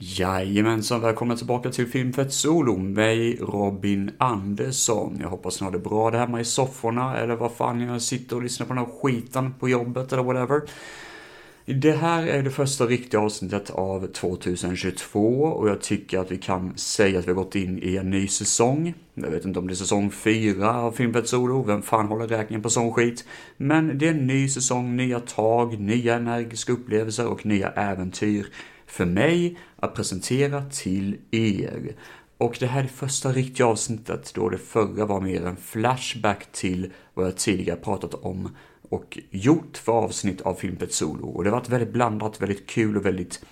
Jajamensan, välkomna tillbaka till Filmfett Solo med Robin Andersson. Jag hoppas ni har det bra där hemma i sofforna eller vad fan jag sitter och lyssnar på den här skiten på jobbet eller whatever. Det här är det första riktiga avsnittet av 2022 och jag tycker att vi kan säga att vi har gått in i en ny säsong. Jag vet inte om det är säsong 4 av Filmfett Solo, vem fan håller räkningen på sån skit. Men det är en ny säsong, nya tag, nya energiska upplevelser och nya äventyr för mig att presentera till er. Och det här är det första riktiga avsnittet då det förra var mer en flashback till vad jag tidigare pratat om och gjort för avsnitt av Filmfett Solo. Och det har varit väldigt blandat, väldigt kul och väldigt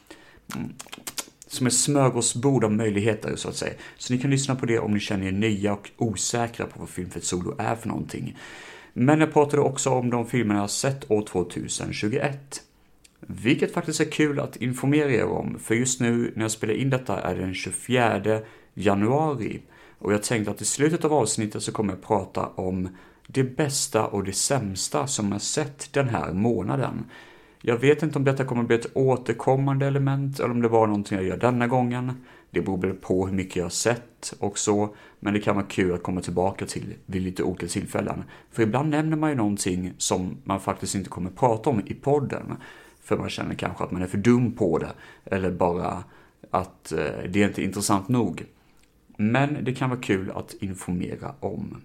som ett smörgåsbord av möjligheter så att säga. Så ni kan lyssna på det om ni känner er nya och osäkra på vad Filmfett Solo är för någonting. Men jag pratade också om de filmerna jag sett år 2021. Vilket faktiskt är kul att informera er om, för just nu när jag spelar in detta är det den 24 januari. Och jag tänkte att i slutet av avsnittet så kommer jag prata om det bästa och det sämsta som jag sett den här månaden. Jag vet inte om detta kommer bli ett återkommande element eller om det var någonting jag gör denna gången. Det beror väl på hur mycket jag har sett och så, men det kan vara kul att komma tillbaka till vid lite olika tillfällen. För ibland nämner man ju någonting som man faktiskt inte kommer prata om i podden. För man känner kanske att man är för dum på det. Eller bara att det är inte intressant nog. Men det kan vara kul att informera om.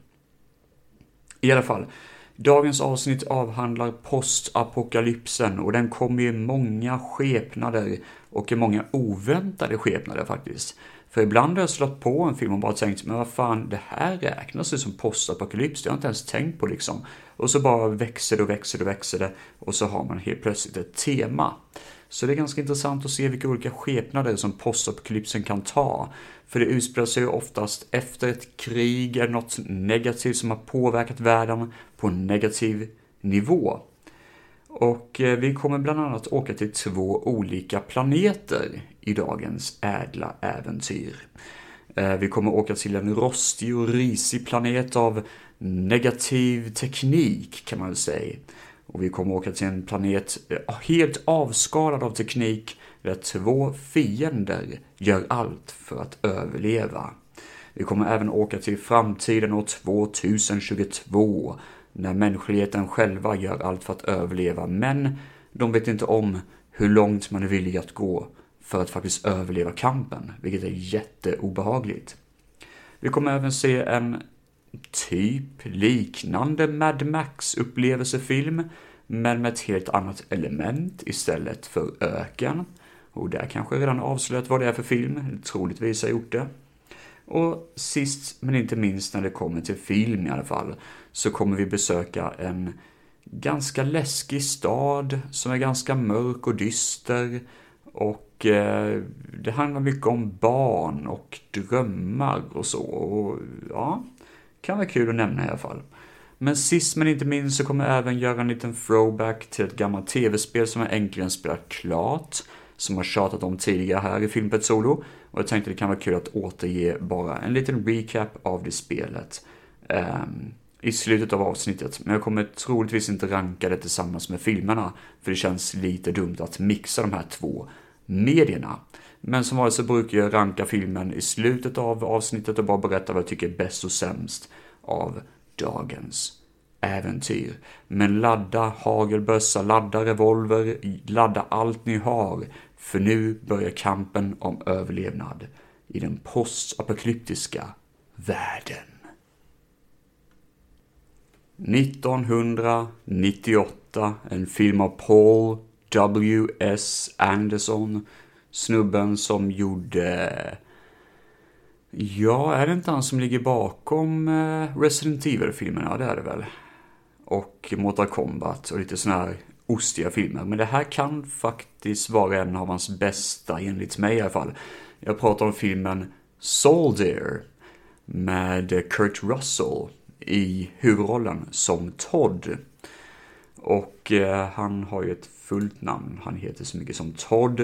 I alla fall, dagens avsnitt avhandlar postapokalypsen. Och den kommer i många skepnader. Och i många oväntade skepnader faktiskt. För ibland har jag slått på en film och bara tänkt, men vad fan, det här räknas ju som postapokalyps. Det har jag inte ens tänkt på liksom. Och så bara växer det och växer det och växer det. Och så har man helt plötsligt ett tema. Så det är ganska intressant att se vilka olika skepnader som postapokalypsen kan ta. För det utspelar sig ju oftast efter ett krig eller något negativt som har påverkat världen på en negativ nivå. Och vi kommer bland annat åka till 2 olika planeter i dagens ädla äventyr. Vi kommer åka till en rostig och risig planet av negativ teknik kan man väl säga. Och vi kommer åka till en planet helt avskalad av teknik där 2 fiender gör allt för att överleva. Vi kommer även åka till framtiden år 2022 när mänskligheten själva gör allt för att överleva, men de vet inte om hur långt man är villig att gå för att faktiskt överleva kampen, vilket är jätteobehagligt. Vi kommer även se en typ liknande Mad Max-upplevelsefilm, men med ett helt annat element istället för öken. Och där kanske redan avslöjat vad det är för film, troligtvis har gjort det. Och sist men inte minst när det kommer till film i alla fall, så kommer vi besöka en ganska läskig stad som är ganska mörk och dyster. Och det handlar mycket om barn och drömmar och så. Och ja, kan vara kul att nämna i alla fall. Men sist men inte minst så kommer jag även göra en liten throwback till ett gammalt tv-spel som jag äntligen spelat klart. Som har tjatat om tidigare här i Filmfett Solo. Och jag tänkte det kan vara kul att återge bara en liten recap av det spelet i slutet av avsnittet. Men jag kommer troligtvis inte ranka det tillsammans med filmerna. För det känns lite dumt att mixa de här 2 medierna. Men som vanligt så brukar jag ranka filmen i slutet av avsnittet och bara berätta vad jag tycker är bäst och sämst av dagens äventyr. Men ladda hagelbössa, ladda revolver, ladda allt ni har. För nu börjar kampen om överlevnad i den postapokalyptiska världen. 1998, en film av Paul W.S. Anderson. Snubben som gjorde... Ja, är det inte han som ligger bakom Resident Evil-filmerna? Det är det väl. Och Mortal Kombat och lite såna här ostiga filmer. Men det här kan faktiskt vara en av hans bästa, enligt mig i alla fall. Jag pratar om filmen Soldier med Kurt Russell i huvudrollen som Todd. Och han har ju ett fullt namn. Han heter så mycket som Todd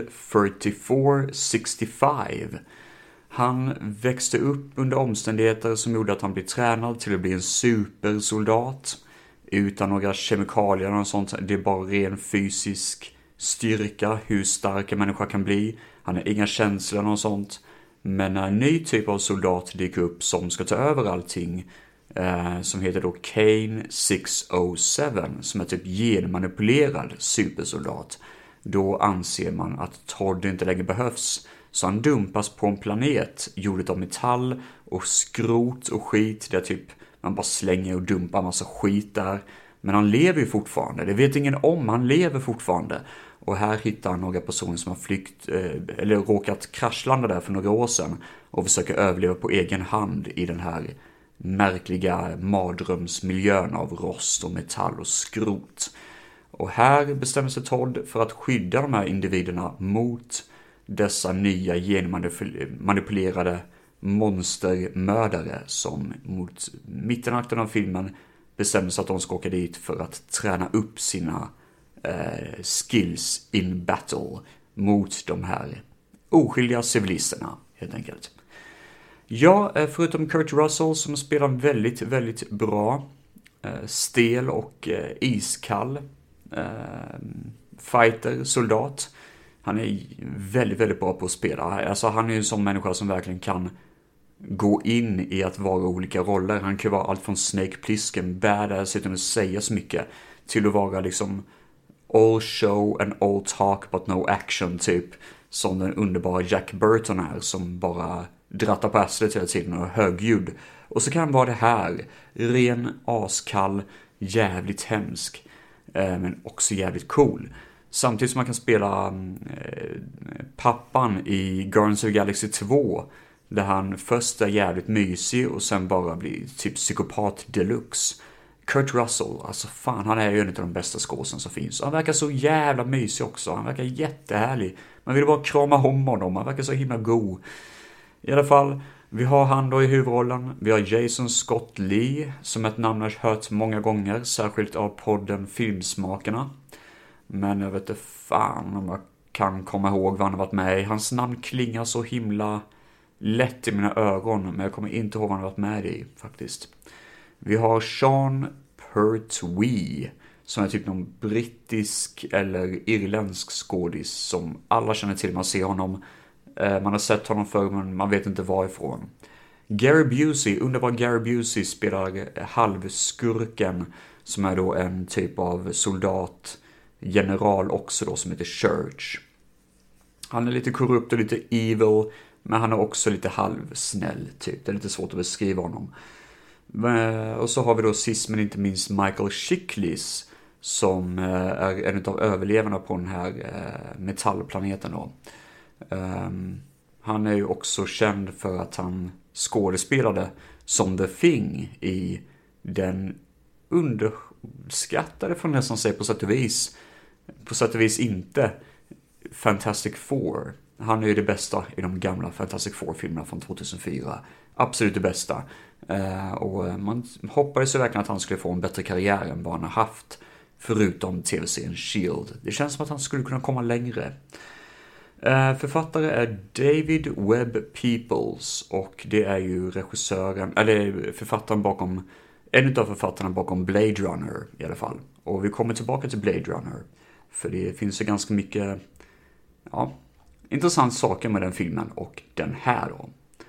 3465. Han växte upp under omständigheter som gjorde att han blev tränad till att bli en supersoldat. Utan några kemikalier och sånt. Det är bara ren fysisk styrka, hur stark en människa kan bli. Han har inga känslor och sånt. Men när en ny typ av soldat dyker upp som ska ta över allting, som heter då Kane 607, som är typ genmanipulerad supersoldat, då anser man att Todd inte längre behövs. Så han dumpas på en planet gjord av metall och skrot och skit, där typ man bara slänger och dumpar massa skit där. Men han lever ju fortfarande, det vet ingen om, han lever fortfarande. Och här hittar han några personer som har flykt, eller råkat kraschlanda där för några år sedan och försöker överleva på egen hand i den här märkliga mardrömsmiljön av rost och metall och skrot. Och här bestämmer sig Todd för att skydda de här individerna mot dessa nya genmanipulerade monstermördare som mot mittenakten av filmen bestämmer sig att de ska åka dit för att träna upp sina skills in battle mot de här oskyldiga civilisterna, helt enkelt. Ja, förutom Kurt Russell som spelar väldigt, väldigt bra, stel och iskall fighter, soldat. Han är väldigt, väldigt bra på att spela. Alltså han är ju en sån människa som verkligen kan gå in i att vara olika roller. Han kan vara allt från Snake Plissken, badass utan att säga så mycket, till att vara liksom all show and all talk but no action typ, som den underbara Jack Burton är, som bara drattar på arslet hela tiden och är högljudd. Och så kan han vara det här, ren, askall, jävligt hemsk, men också jävligt cool. Samtidigt som man kan spela pappan i Guardians of the Galaxy 2, där han först är jävligt mysig och sen bara blir typ psykopat deluxe. Kurt Russell, alltså fan, han är ju en av de bästa skådespelarna som finns. Han verkar så jävla mysig också, han verkar jättehärlig. Man vill bara krama om honom, han verkar så himla god. I alla fall, vi har han då i huvudrollen. Vi har Jason Scott Lee, som ett namn har hört många gånger, särskilt av podden Filmsmakarna. Men jag vet inte fan om jag kan komma ihåg vad han har varit med i. Hans namn klingar så himla lätt i mina ögon, men jag kommer inte ihåg vad han har varit med i faktiskt. Vi har Sean Pertwee, som är typ någon brittisk eller irländsk skådis som alla känner till. Man ser honom, man har sett honom förr, men man vet inte varifrån. Gary Busey, underbar Gary Busey, spelar halvskurken, som är då en typ av soldat, general också då, som heter Church. Han är lite korrupt och lite evil, men han är också lite halvsnäll typ. Det är lite svårt att beskriva honom. Och så har vi då sist men inte minst Michael Chiklis, som är en av överlevarna på den här metallplaneten då. Han är ju också känd för att han skådespelade som The Thing i den underskattade, från nästan säga på sätt och vis inte, Fantastic Four. Han är ju det bästa i de gamla Fantastic Four-filmerna från 2004. Absolut det bästa. Och man hoppades ju verkligen att han skulle få en bättre karriär än vad han har haft, förutom tv-serien S.H.I.E.L.D. Det känns som att han skulle kunna komma längre. Författare är David Webb Peoples, och det är ju regissören, eller författaren bakom, en av författarna bakom Blade Runner i alla fall. Och vi kommer tillbaka till Blade Runner, för det finns ju ganska mycket intressant saker med den filmen och den här då.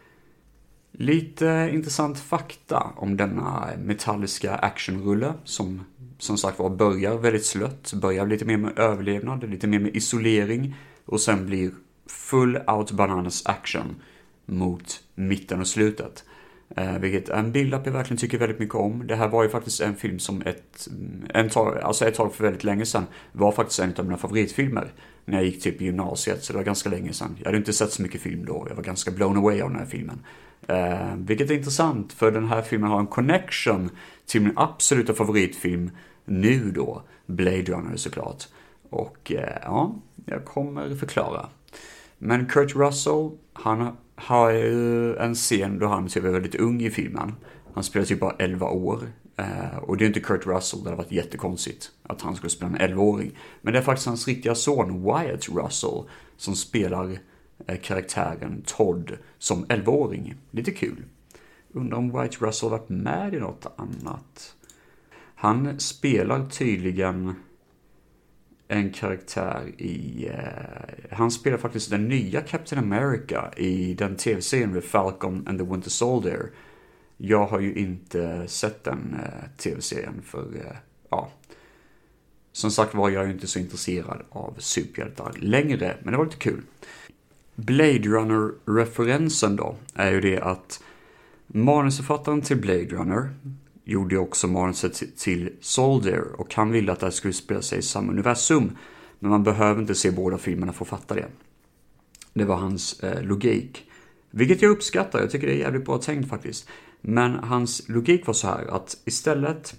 Lite intressant fakta om denna metalliska actionrulle som sagt var börjar väldigt slött, börjar lite mer med överlevnad, lite mer med isolering och sen blir full out bananas action mot mitten och slutet. Vilket är en build-up jag verkligen tycker väldigt mycket om. Det här var ju faktiskt en film som ett tag för väldigt länge sedan var faktiskt en av mina favoritfilmer när jag gick typ i gymnasiet, så det var ganska länge sedan. Jag hade inte sett så mycket film då, jag var ganska blown away av den här filmen. Vilket är intressant, för den här filmen har en connection till min absoluta favoritfilm nu då, Blade Runner såklart. Och jag kommer förklara. Men Kurt Russell, han har ju en scen då han typ är väldigt ung i filmen. Han spelar typ bara 11 år. Och det är inte Kurt Russell, det har varit jättekonstigt att han skulle spela en 11-åring. Men det är faktiskt hans riktiga son Wyatt Russell som spelar karaktären Todd som 11-åring. Lite kul. Undrar om Wyatt Russell varit med i något annat. Han spelar tydligen en karaktär i... han spelar faktiskt den nya Captain America i den tv-serien med Falcon and the Winter Soldier. Jag har ju inte sett den tv-serien för... Som sagt var jag ju inte så intresserad av superhjältar längre, men det var lite kul. Blade Runner-referensen då är ju det att manusförfattaren till Blade Runner gjorde också manuset till Soldier och han ville att det skulle spela sig i samma universum, men man behöver inte se båda filmerna för att fatta det. Det var hans logik, vilket jag uppskattar. Jag tycker det är jävligt bra tänkt faktiskt. Men hans logik var så här att istället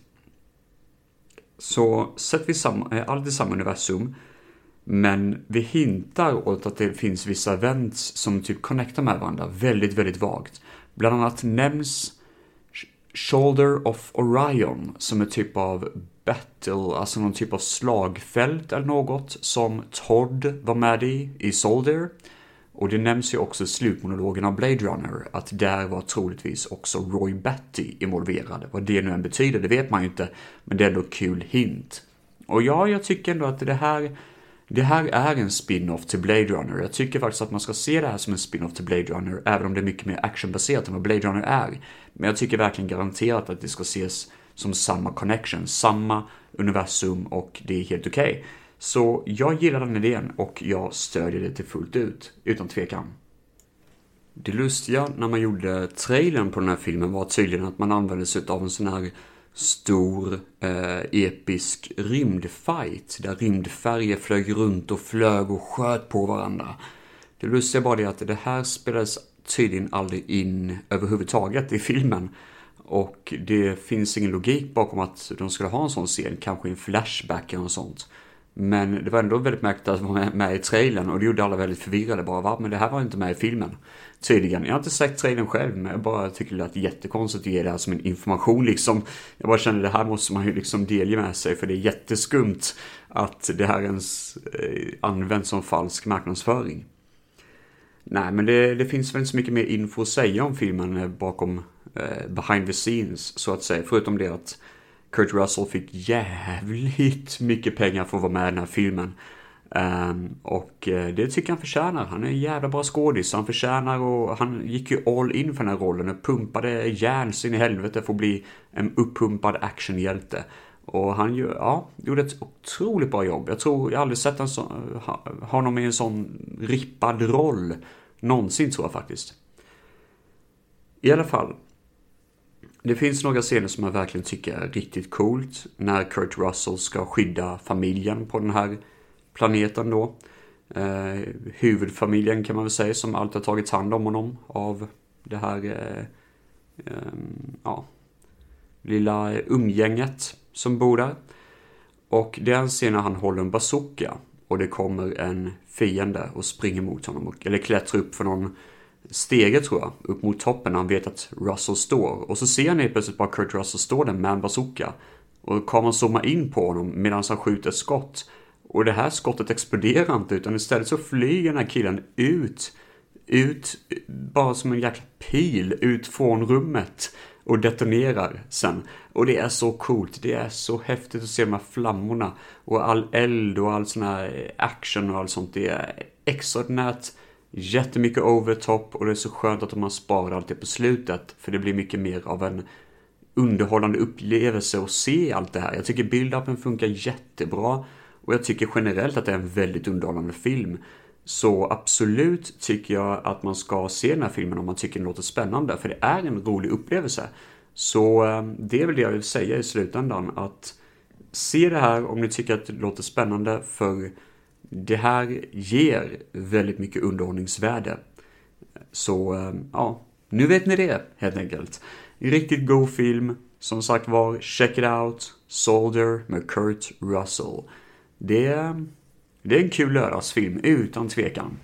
så sätter vi allt i samma universum, men vi hintar åt att det finns vissa events som typ connectar med varandra väldigt, väldigt vagt. Bland annat nämns Shoulder of Orion som är typ av battle, alltså någon typ av slagfält eller något som Todd var med i Soldier. Och det nämns ju också i slutmonologen av Blade Runner att där var troligtvis också Roy Batty involverad. Vad det nu än betyder, det vet man ju inte, men det är ändå kul hint. Och ja, jag tycker ändå att det här är en spin-off till Blade Runner. Jag tycker faktiskt att man ska se det här som en spin-off till Blade Runner, även om det är mycket mer actionbaserat än vad Blade Runner är. Men jag tycker verkligen garanterat att det ska ses som samma connection, samma universum, och det är helt okej. Så jag gillar den idén och jag stödjer det till fullt ut, utan tvekan. Det lustiga när man gjorde trailern på den här filmen var tydligen att man använde sig av en sån här stor episk rymdfight där rymdfärger flög runt och flög och sköt på varandra. Det lustiga var det att det här spelades tydligen aldrig in överhuvudtaget i filmen, och det finns ingen logik bakom att de skulle ha en sån scen, kanske en flashback eller något sånt. Men det var ändå väldigt märkligt att vara med i trailern, och det gjorde alla väldigt förvirrade bara, va? Men det här var inte med i filmen. Tydligen. Jag har inte sett trailern själv, men jag bara tycker det är jättekonstigt att ge det här som en information liksom. Jag bara känner det här måste man ju liksom delge med sig, för det är jätteskumt att det här ens används som falsk marknadsföring. Nej, men det finns väl inte så mycket mer info att säga om filmen bakom behind the scenes så att säga, förutom det att Kurt Russell fick jävligt mycket pengar för att vara med i den här filmen. Och det tycker han förtjänar. Han är en jävla bra skådis. Han förtjänar, och han gick ju all in för den här rollen och pumpade järn sin i helvete för att bli en uppumpad actionhjälte. Och han gjorde ett otroligt bra jobb. Jag aldrig sett honom i en sån rippad roll någonsin, tror jag faktiskt. I alla fall, det finns några scener som jag verkligen tycker är riktigt coolt. När Kurt Russell ska skydda familjen på den här planeten då. Huvudfamiljen kan man väl säga, som alltid har tagit hand om honom av det här lilla umgänget som bor där. Och det är en scen när han håller en bazooka och det kommer en fiende och springer mot honom, eller klättrar upp för någon stege tror jag, upp mot toppen när han vet att Russell står. Och så ser han helt plötsligt bara Kurt Russell står där med en bazooka. Och kameran zoomar in på honom medan han skjuter skott. Och det här skottet exploderar inte, utan istället så flyger den här killen ut bara som en jäkla pil ut från rummet och detonerar sen. Och det är så coolt, det är så häftigt att se de här flammorna och all eld och all sån här action och allt sånt. Det är extraordinärt, jättemycket over top, och det är så skönt att de har sparat allt det på slutet, för det blir mycket mer av en underhållande upplevelse att se allt det här. Jag tycker build-upen funkar jättebra, och jag tycker generellt att det är en väldigt underhållande film. Så absolut tycker jag att man ska se den här filmen om man tycker den låter spännande, för det är en rolig upplevelse. Så det är väl det jag vill säga i slutändan, att se det här om ni tycker att det låter spännande, för det här ger väldigt mycket underhållningsvärde. Så nu vet ni det helt enkelt. En riktigt god film. Som sagt var, check it out. Soldier med Kurt Russell. Det är en kul lördagsfilm utan tvekan.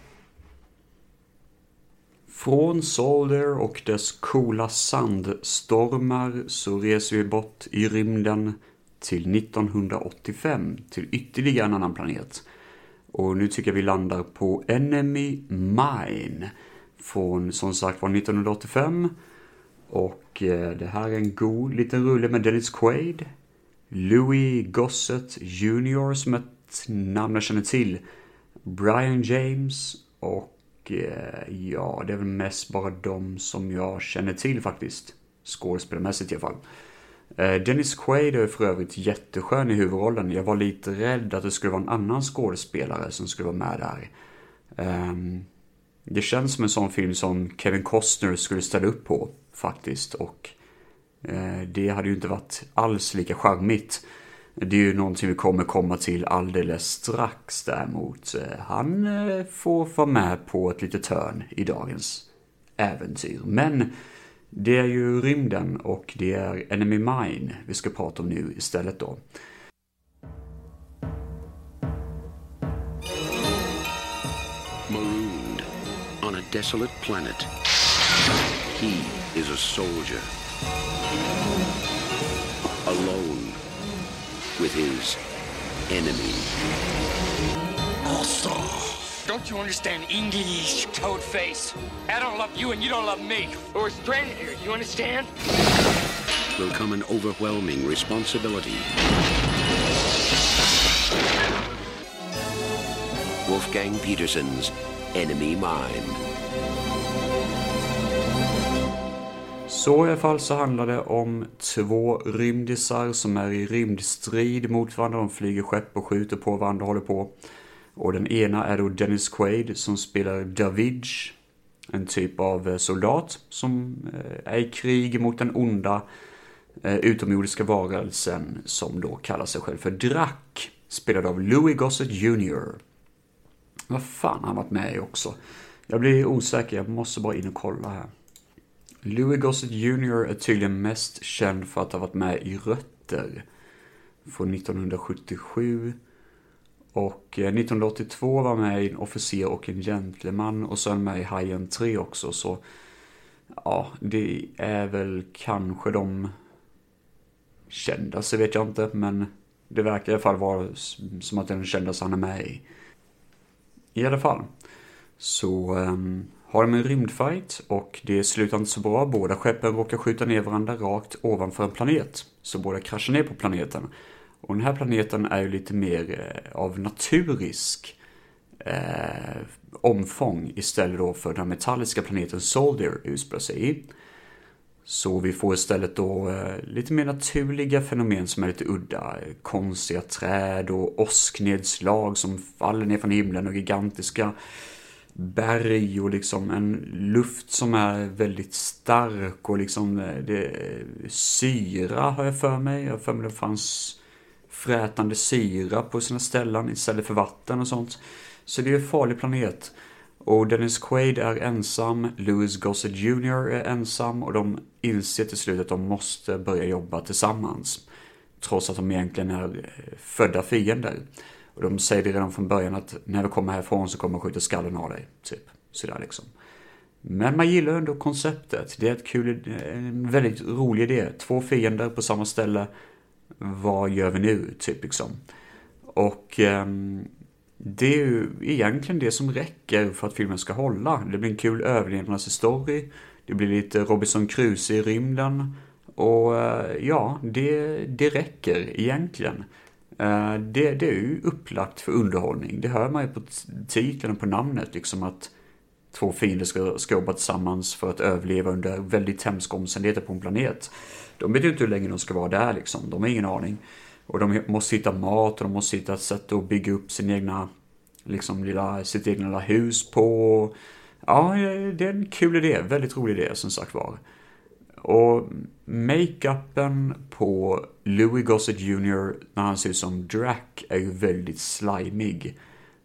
Från Soldier och dess coola sandstormar så reser vi bort i rymden till 1985, till ytterligare en annan planet. Och nu tycker jag vi landar på Enemy Mine från, som sagt, var 1985. Och det här är en god liten rulle med Dennis Quaid, Louis Gossett Jr. som är ett namn jag känner till. Brian James och ja, det är väl mest bara de som jag känner till faktiskt. Skådespelarmässigt i alla fall. Dennis Quaid är för övrigt jätteskön i huvudrollen. Jag var lite rädd att det skulle vara en annan skådespelare som skulle vara med där. Det känns som en sån film som Kevin Costner skulle ställa upp på faktiskt. Och det hade ju inte varit alls lika charmigt. Det är ju någonting vi kommer komma till alldeles strax däremot. Han får vara med på ett litet hörn i dagens äventyr. Men det är ju rymden och det är Enemy Mine vi ska prata om nu istället då. Marooned on a desolate planet. He is a soldier. Alone with his enemy. Don't you understand English, Toadface? I don't love you and you don't love me. We're stranded here, you understand? Will come an overwhelming responsibility. Wolfgang Petersen's Enemy Mine. Så i alla fall så handlar det om två rymdisar som är i rymdstrid mot varandra. De flyger skepp och skjuter på varandra och håller på. Och den ena är då Dennis Quaid som spelar David, en typ av soldat som är i krig mot den onda utomjordiska varelsen som då kallar sig själv för Drac, spelad av Louis Gossett Jr. Vad fan har han varit med i också? Jag blir osäker, jag måste bara in och kolla här. Louis Gossett Jr. är tydligen mest känd för att ha varit med i Rötter från 1977. Och 1982 var med i En officer och en gentleman. Och sen med i Hajen 3 också. Så ja, det är väl kanske de kända, så vet jag inte. Men det verkar i alla fall vara som att den kändaste han är med i. I alla fall så har de en rymdfight. Och det slutar inte så bra. Båda skeppen råkar skjuta ner varandra rakt ovanför en planet. Så båda kraschar ner på planeten. Och den här planeten är ju lite mer av naturisk omfång istället då för den metalliska planeten Soldier utspelar sig i. Så vi får istället då lite mer naturliga fenomen som är lite udda. Konstiga träd och åsknedslag som faller ner från himlen och gigantiska berg och liksom en luft som är väldigt stark och liksom det syra har jag för mig. Jag har för mig det fanns frätande syra på sina ställen istället för vatten och sånt. Så det är en farlig planet. Och Dennis Quaid är ensam, Louis Gossett Jr. är ensam och de inser till slut att de måste börja jobba tillsammans. Trots att de egentligen är födda fiender. Och de säger det redan från början att när vi kommer härifrån så kommer jag skjuta skallen av dig. Typ, sådär liksom. Men man gillar ändå konceptet. Det är en väldigt rolig idé. Två fiender på samma ställe. Vad gör vi nu, typ liksom. Och det är ju egentligen det som räcker för att filmen ska hålla. Det blir en kul överlevnadsstory. Det blir lite Robinson Crusoe i rymden. Och ja, det räcker egentligen. Det är ju upplagt för underhållning. Det hör man ju på titeln och på namnet. Liksom att två fiender ska jobba tillsammans för att överleva under väldigt hemska omständigheter på en planet. De vet ju inte hur länge de ska vara där liksom. De har ingen aning. Och de måste hitta mat och de måste hitta ett sätt att bygga upp sin egna, liksom, sitt egna lilla hus på. Ja, det är en kul idé. Väldigt rolig idé som sagt var. Och make-upen på Louis Gossett Jr. när han ser ut som Drac är ju väldigt slimig.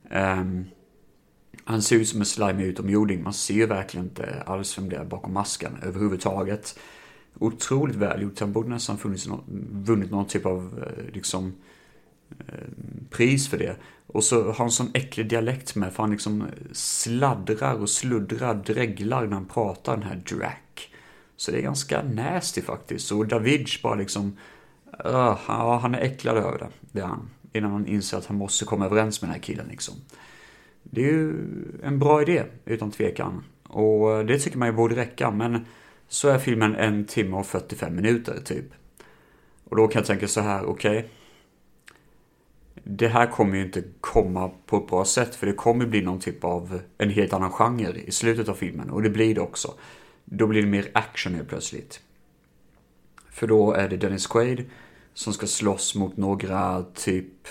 Han ser ut som en slimig utomjording. Man ser verkligen inte alls vem det är bakom masken överhuvudtaget. Otroligt välgjort. Han borde nästan vunnit någon typ av liksom pris för det. Och så har han sån äcklig dialekt med, för han liksom sladdrar och sluddrar, dreglar när han pratar, den här Drac. Så det är ganska nasty faktiskt. Och David bara liksom han är äcklad över det. Det är han. Innan han inser att han måste komma överens med den här killen liksom. Det är ju en bra idé utan tvekan. Och det tycker man ju borde räcka. Men så är filmen 1 timme och 45 minuter typ. Och då kan jag tänka så här, okej. det här kommer ju inte komma på ett bra sätt, för det kommer bli någon typ av en helt annan genre i slutet av filmen, och det blir det också. Då blir det mer action helt plötsligt. För då är det Dennis Quaid som ska slåss mot några typ,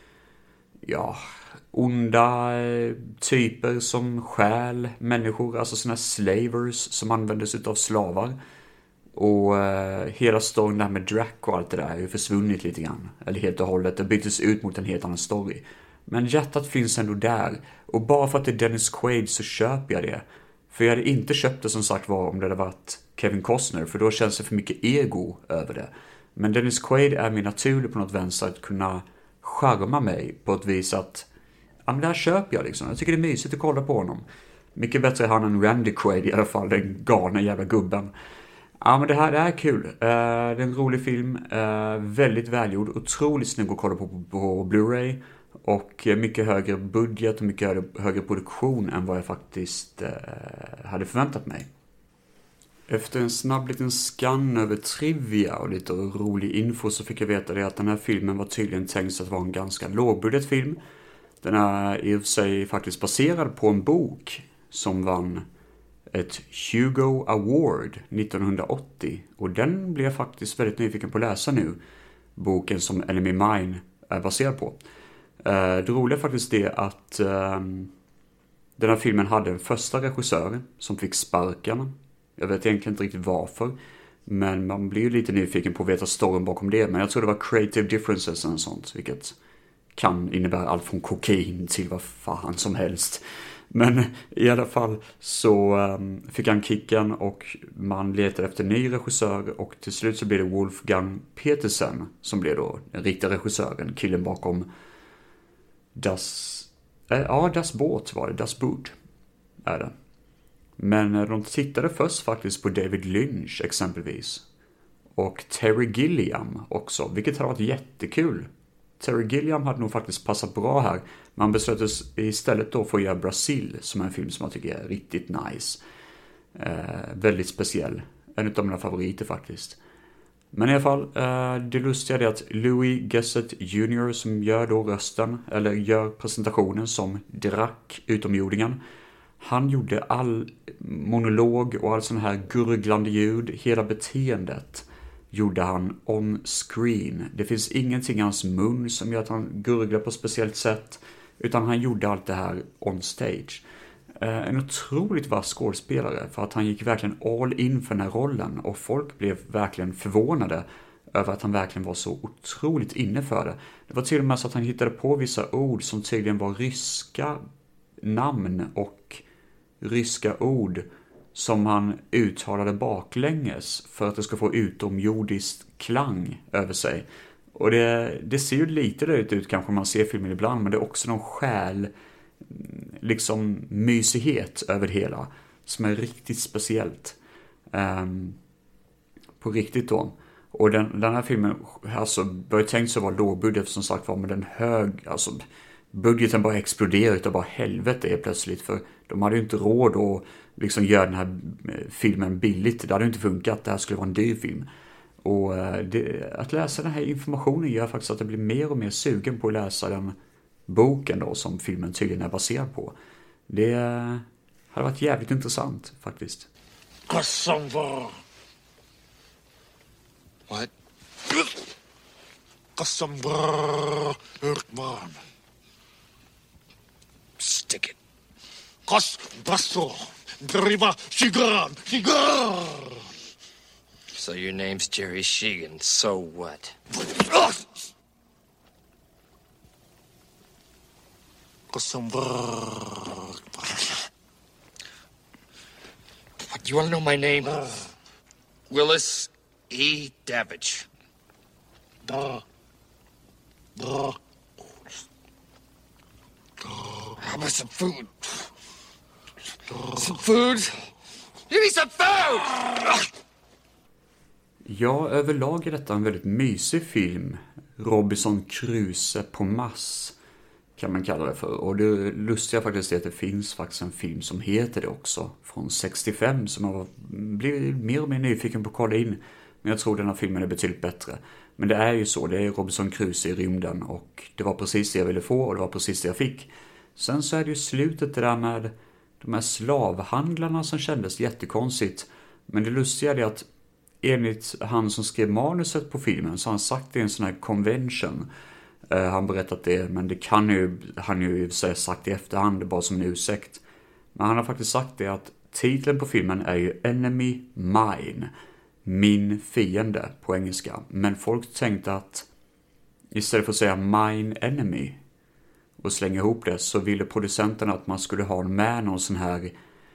ja, onda typer som stjäl människor, alltså såna slavers som användes utav slavar. Och hela storyn där med Drac och allt det där är ju försvunnit lite grann. Eller helt och hållet, det byttes ut mot en helt annan story. Men hjärtat finns ändå där. Och bara för att det är Dennis Quaid så köper jag det. För jag hade inte köpt det som sagt var om det hade varit Kevin Costner, för då känns det för mycket ego över det. Men Dennis Quaid är min naturlig på något vänster att kunna charma mig på ett vis att ja, men det här köper jag liksom. Jag tycker det är mysigt att kolla på honom. Mycket bättre han än Randy Quaid i alla fall, den galna jävla gubben. Ja, men det här är kul. Det är en rolig film. Väldigt välgjord. Otroligt snygg att kolla på Blu-ray. Och mycket högre budget och mycket högre produktion än vad jag faktiskt hade förväntat mig. Efter en snabb liten scan över trivia och lite rolig info så fick jag veta det att den här filmen var tydligen tänkt att vara en ganska lågbudgetfilm. Den är i och för sig faktiskt baserad på en bok som vann ett Hugo Award 1980. Och den blev jag faktiskt väldigt nyfiken på att läsa nu. Boken som Enemy Mine är baserad på. Det roliga är faktiskt det att den här filmen hade en första regissör som fick sparken. Jag vet egentligen inte riktigt varför. Men man blir ju lite nyfiken på att veta storyn bakom det. Men jag tror det var creative differences och sånt. Vilket kan innebära allt från kokain till vad fan som helst. Men i alla fall så fick han kicken och man letade efter en ny regissör. Och till slut så blev det Wolfgang Petersen som blev då den riktiga regissören. Killen bakom Das Boot var det. Das Boot är det. Men de tittade först faktiskt på David Lynch exempelvis. Och Terry Gilliam också, vilket hade varit jättekul. Terry Gilliam hade nog faktiskt passat bra här. Man beslöt istället då för att göra Brasil, som är en film som jag tycker är riktigt nice. Väldigt speciell. En av mina favoriter faktiskt. Men i alla fall, det lustiga är att Louis Gossett Jr. som gör då rösten, eller gör presentationen som Drac, utomjordingen. Han gjorde all monolog och all sån här gurglande ljud, hela beteendet gjorde han on screen. Det finns ingenting i hans mun som gör att han gurglar på ett speciellt sätt, utan han gjorde allt det här on stage. En otroligt vass skådespelare, för att han gick verkligen all in för den här rollen och folk blev verkligen förvånade över att han verkligen var så otroligt inne för det. Det var till och med så att han hittade på vissa ord som tydligen var ryska namn och ryska ord som han uttalade baklänges för att det ska få utomjordiskt klang över sig. Och det ser ju lite löjligt ut kanske man ser filmen ibland, men det är också någon liksom mysighet över det hela som är riktigt speciellt. På riktigt då. Och den här filmen alltså började tänkt så vara lågbudget som sagt var, med den alltså budgeten bara exploderade utav bara helvete är plötsligt, för de hade ju inte råd att liksom göra den här filmen billigt. Det hade ju inte funkat, det här skulle vara en dyr film. Och att läsa den här informationen gör faktiskt att jag blir mer och mer sugen på att läsa den boken då som filmen tydligen är baserad på. Det hade varit jävligt intressant faktiskt. What? Stick it. So your name's Jerry Sheegan, so what? What, you want to know my name? Willis E. Davidge. How about some food? Some food? Give me some food! Ja, överlag är detta en väldigt mysig film. Robinson Crusoe på Mars kan man kalla det för. Och det lustiga faktiskt är att det finns faktiskt en film som heter det också. Från 65 som jag blev mer och mer nyfiken på att kolla in. Men jag tror den här filmen är betydligt bättre. Men det är ju så, det är Robinson Crusoe i rymden och det var precis det jag ville få och det var precis det jag fick. Sen så är det ju slutet det där med de här slavhandlarna som kändes jättekonstigt. Men det lustiga är att enligt han som skrev manuset på filmen så har han sagt det i en sån här convention. Han berättat det, men det kan ju han ju säga sagt i efterhand, bara som en ursäkt. Men han har faktiskt sagt det att titeln på filmen är ju Enemy Mine. Min fiende på engelska. Men folk tänkte att istället för att säga Mine Enemy och slänga ihop det, så ville producenterna att man skulle ha med någon sån här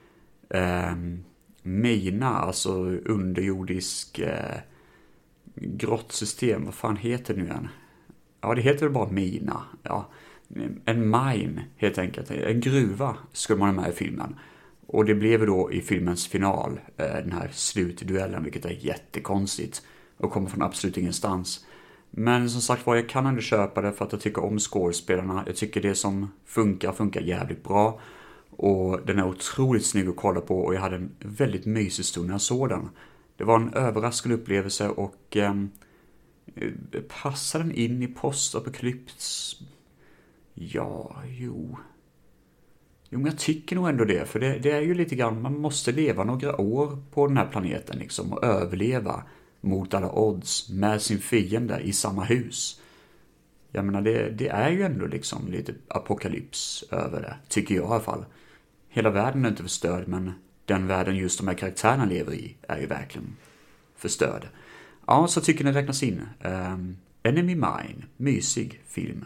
mina, alltså underjordisk grottsystem. Vad fan heter det nu igen? Ja, det heter väl bara mina. Ja, en mine helt enkelt. En gruva skulle man ha med i filmen. Och det blev då i filmens final den här slutduellen, vilket är jättekonstigt och kommer från absolut ingenstans. Men som sagt var, jag kan ändå köpa det för att jag tycker om skådespelarna. Jag tycker det som funkar jävligt bra. Och den är otroligt snygg att kolla på och jag hade en väldigt mysig stund när jag såg den. Det var en överraskande upplevelse och passar den in i postapokalyps? Ja, jo, men jag tycker nog ändå det. För det är ju lite grann, man måste leva några år på den här planeten liksom och överleva mot alla odds med sin fiende i samma hus. Jag menar, det är ju ändå liksom lite apokalyps över det, tycker jag i alla fall. Hela världen är inte förstörd, men den världen just de här karaktärerna lever i är ju verkligen förstörd. Ja, så tycker ni räknas in. Enemy Mine, mysig film.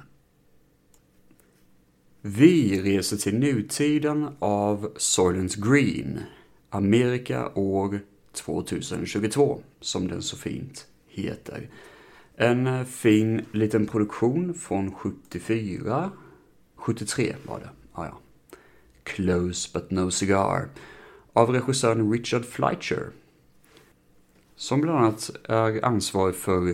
Vi reser till nutiden av Soylent Green, Amerika år 2022, som den så fint heter. En fin liten produktion från 73 var det. Ja. Close but no cigar. Av regissören Richard Fleischer. Som bland annat är ansvarig för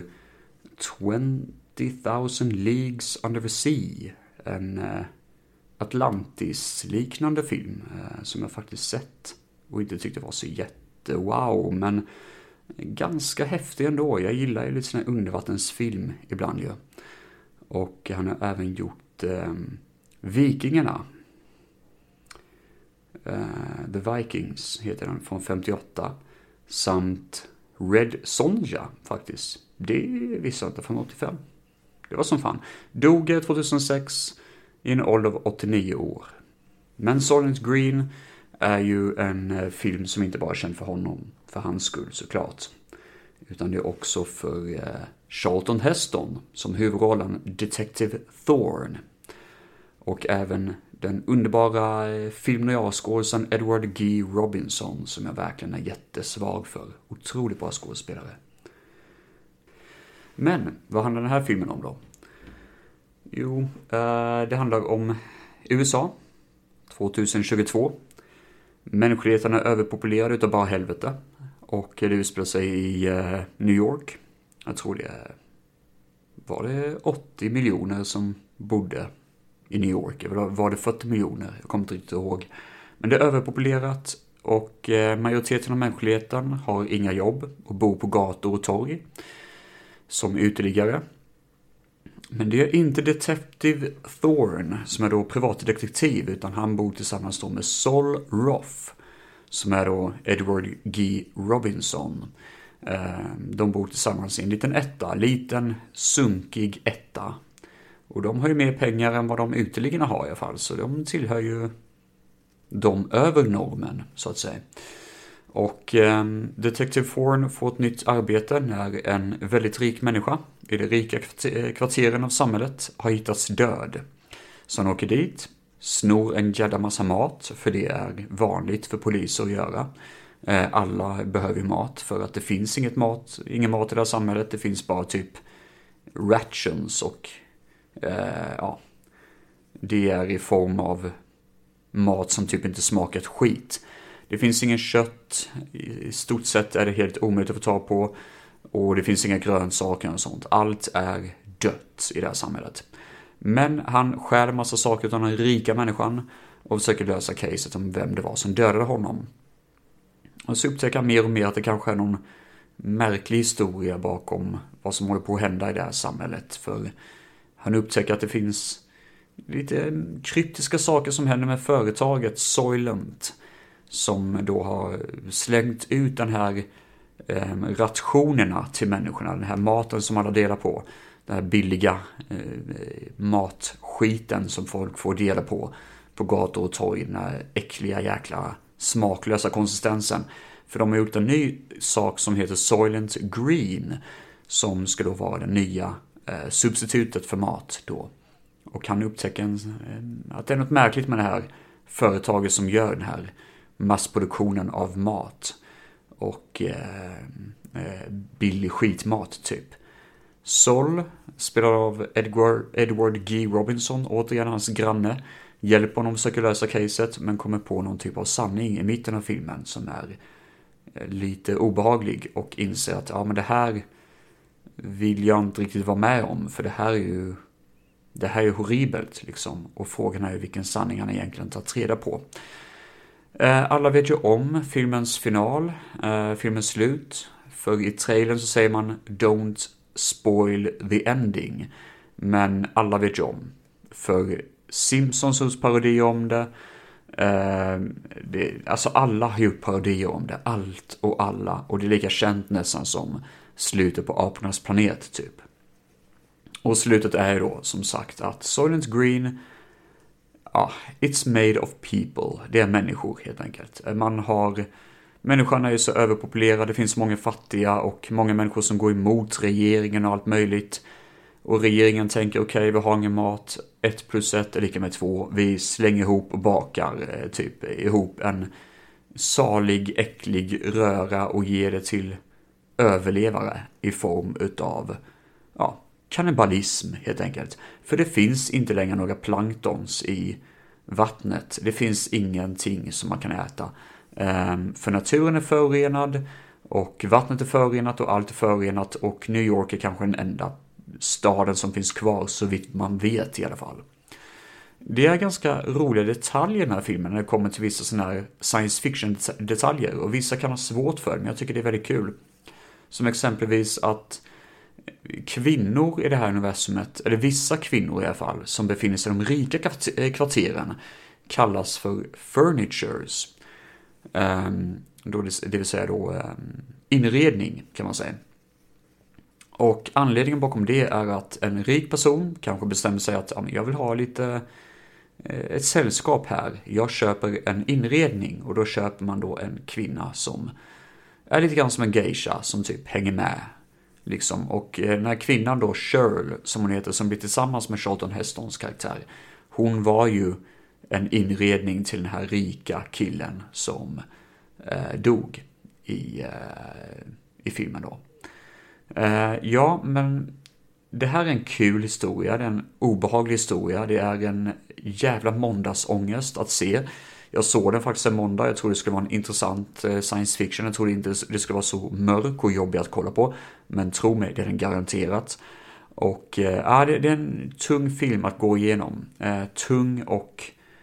20,000 Leagues Under the Sea. En Atlantis-liknande film som jag faktiskt sett och inte tyckte var så jättewow, men ganska häftig ändå. Jag gillar ju lite sån här undervattensfilm ibland ju. Och han har även gjort Vikingarna. The Vikings heter den, från 58. Samt Red Sonja faktiskt. Det visste jag inte, från 85. Det var som fan. Dog 2006 i en ålder av 89 år. Men Soylent Green är ju en film som inte bara är känd för honom, för hans skull såklart. Utan det är också för Charlton Heston som huvudrollen Detective Thorne. Och även den underbara film-noir-skådespelaren Edward G. Robinson som jag verkligen är jättesvag för. Otroligt bra skådespelare. Men vad handlar den här filmen om då? Jo, det handlar om USA 2022. Mänskligheten är överpopulerad utav bara helvete. Och det utspelar sig i New York. Jag tror var det 80 miljoner som bodde i New York. Eller var det 40 miljoner? Jag kommer inte riktigt ihåg. Men det är överpopulerat och majoriteten av mänskligheten har inga jobb och bor på gator och torg som uteliggare. Men det är inte Detective Thorne som är då privatdetektiv, utan han bor tillsammans då med Sol Roth som är då Edward G. Robinson. De bor tillsammans i en liten sunkig etta. Och de har ju mer pengar än vad de uteliggarna har i alla fall, så de tillhör ju de över normen så att säga. Och Detective Thorne får ett nytt arbete när en väldigt rik människa i de rika kvarteren av samhället har hittats död. Så han åker dit, snor en jävla massa mat, för det är vanligt för poliser att göra. Alla behöver mat för att det finns ingen mat i det här samhället. Det finns bara typ rations och det är i form av mat som typ inte smakar ett skit. Det finns ingen kött, i stort sett är det helt omöjligt att få tag på, och det finns inga grönsaker och sånt. Allt är dött i det här samhället. Men han skär en massa saker av den rika människan och försöker lösa caset om vem det var som dödade honom. Och så upptäcker han mer och mer att det kanske är någon märklig historia bakom vad som håller på att hända i det här samhället. För han upptäcker att det finns lite kryptiska saker som händer med företaget Soylent, som då har slängt ut den här rationerna till människorna, den här maten som alla delar på, den här billiga matskiten som folk får dela på gator och torg, den här äckliga jäkla smaklösa konsistensen. För de har gjort en ny sak som heter Soylent Green, som ska då vara det nya substitutet för mat då. Och han upptäcker att det är något märkligt med det här företaget som gör den här massproduktionen av mat och billig skitmat typ. Sol, spelad av Edward G. Robinson, återigen hans granne, hjälper honom att försöka lösa caset, men kommer på någon typ av sanning i mitten av filmen som är lite obehaglig, och inser att ja, men det här vill jag inte riktigt vara med om, för det här är ju horribelt liksom, och frågan är ju vilken sanning han egentligen tagit reda på. Alla vet ju om filmens final, filmens slut, för i trailern så säger man don't spoil the ending, men alla vet ju om, för Simpsons parodi om det, alltså alla har gjort parodier om det, allt och alla, och det är lika känt nästan som slutet på Apornas planet typ. Och slutet är ju då som sagt att Soylent Green, it's made of people, det är människor helt enkelt. Människan är ju så överpopulerad, det finns många fattiga och många människor som går emot regeringen och allt möjligt. Och regeringen tänker okej, vi har ingen mat, 1 + 1 är lika med 2. Vi slänger ihop och bakar typ ihop en salig, äcklig röra och ger det till överlevare i form utav kannibalism helt enkelt. För det finns inte längre några planktons i vattnet. Det finns ingenting som man kan äta. För naturen är förorenad och vattnet är förorenat och allt är förorenat, och New York är kanske den enda staden som finns kvar, så vitt man vet i alla fall. Det är ganska roliga detaljer i den här filmen när det kommer till vissa sådana här science fiction detaljer, och vissa kan ha svårt för det, men jag tycker det är väldigt kul. Som exempelvis att kvinnor i det här universumet, eller vissa kvinnor i alla fall, som befinner sig i de rika kvarteren, kallas för furnitures. Det vill säga då inredning kan man säga. Och anledningen bakom det är att en rik person kanske bestämmer sig att jag vill ha lite ett sällskap här. Jag köper en inredning, och då köper man då en kvinna som är lite grann som en geisha som typ hänger med. Liksom. Och den här kvinnan då, Cheryl, som hon heter, som blir tillsammans med Charlton Hestons karaktär, hon var ju en inredning till den här rika killen som dog i filmen då. Men det här är en kul historia, det är en obehaglig historia, det är en jävla måndagsångest att se. Jag såg den faktiskt en måndag, jag trodde det skulle vara en intressant science fiction, jag trodde inte det skulle vara så mörk och jobbig att kolla på, men tro mig, det är den garanterat. Och det är en tung film att gå igenom, tung och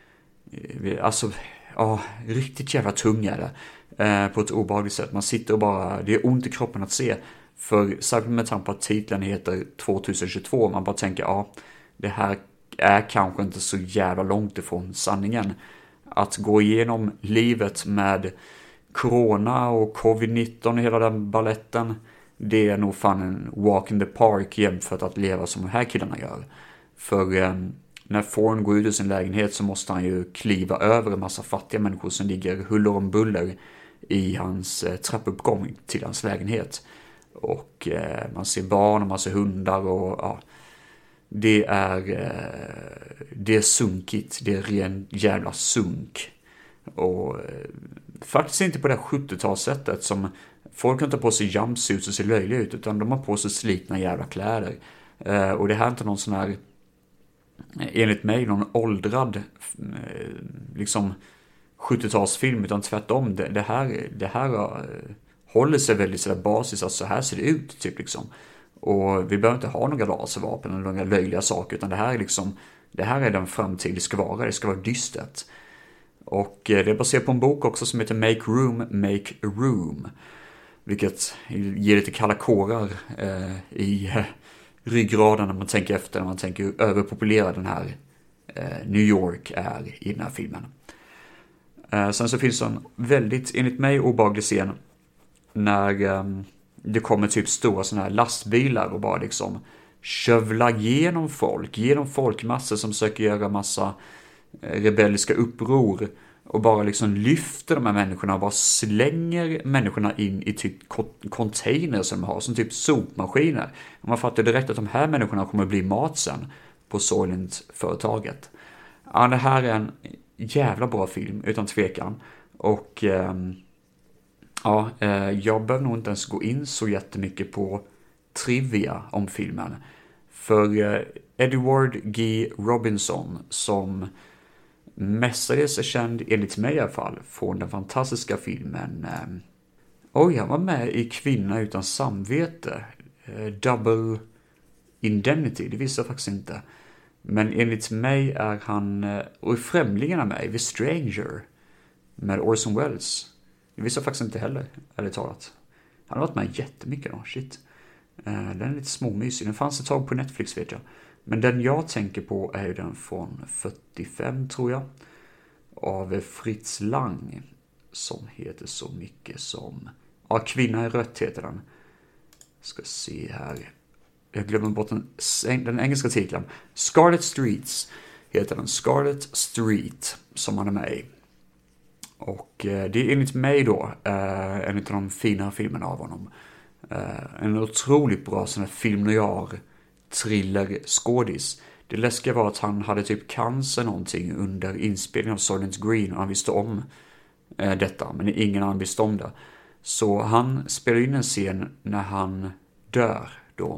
riktigt jävla tung är det, på ett obehagligt sätt. Man sitter och bara, det är ont i kroppen att se. För särskilt med tanke på att titeln heter 2022, man bara tänker, det här är kanske inte så jävla långt ifrån sanningen. Att gå igenom livet med corona och covid-19 och hela den balletten, det är nog fan en walk in the park jämfört att leva som de här killarna gör. För när Thorne går ut ur sin lägenhet så måste han ju kliva över en massa fattiga människor som ligger huller om buller i hans trappuppgång till hans lägenhet. Och man ser barn och man ser hundar och det är sunkigt, det är ren jävla sunk. Och faktiskt inte på det 70-talssättet som folk kan ta på sig jumpsuits och se löjliga ut, utan de har på sig slitna jävla kläder. Och det här är inte någon sån här, enligt mig, någon åldrad liksom 70-talsfilm, utan tvärtom, det här håller sig väldigt sådär basis, att så här ser det ut typ liksom. Och vi behöver inte ha några laservapen eller några löjliga saker, utan det här är den framtid det ska vara dystert. Och det är baserat på en bok också som heter Make Room, Make Room. Vilket ger lite kalla kårar i ryggraden när man tänker efter, när man tänker hur överpopulerad den här New York är i den här filmen. Sen så finns det en väldigt, enligt mig, obehaglig scen när det kommer typ stora sådana här lastbilar och bara liksom skövla genom folkmassor som försöker göra massa rebelliska uppror och bara liksom lyfter de här människorna och bara slänger människorna in i typ container som de har, som typ sopmaskiner. Och man fattar direkt att de här människorna kommer att bli mat sen på Soylent-företaget. Ja, det här är en jävla bra film, utan tvekan. Och jag behöver nog inte ens gå in så jättemycket på trivia om filmen. För Edward G. Robinson, som mestadels är känd, enligt mig i alla fall, från den fantastiska filmen han var med i Kvinna utan samvete, Double Indemnity, det visste jag faktiskt inte. Men enligt mig är han, och Främlingarna med, The Stranger med Orson Welles. Det visste jag faktiskt inte heller, ärligt talat. Han har varit med jättemycket då, shit. Den är lite småmysig, den fanns ett tag på Netflix vet jag. Men den jag tänker på är ju den från 45 tror jag. Av Fritz Lang. Som heter så mycket som... Ja, Kvinna i rött heter den. Ska se här. Jag glömmer bort den engelska titeln. Scarlet Streets heter den. Scarlet Street som han är med i. Och det är enligt mig då en av de fina filmerna av honom. En otroligt bra sån här film noir thriller-skådis. Det läskiga var att han hade typ cancer någonting under inspelningen av Soylent Green och han visste om detta, men ingen annan visste om det. Så han spelar in en scen när han dör då.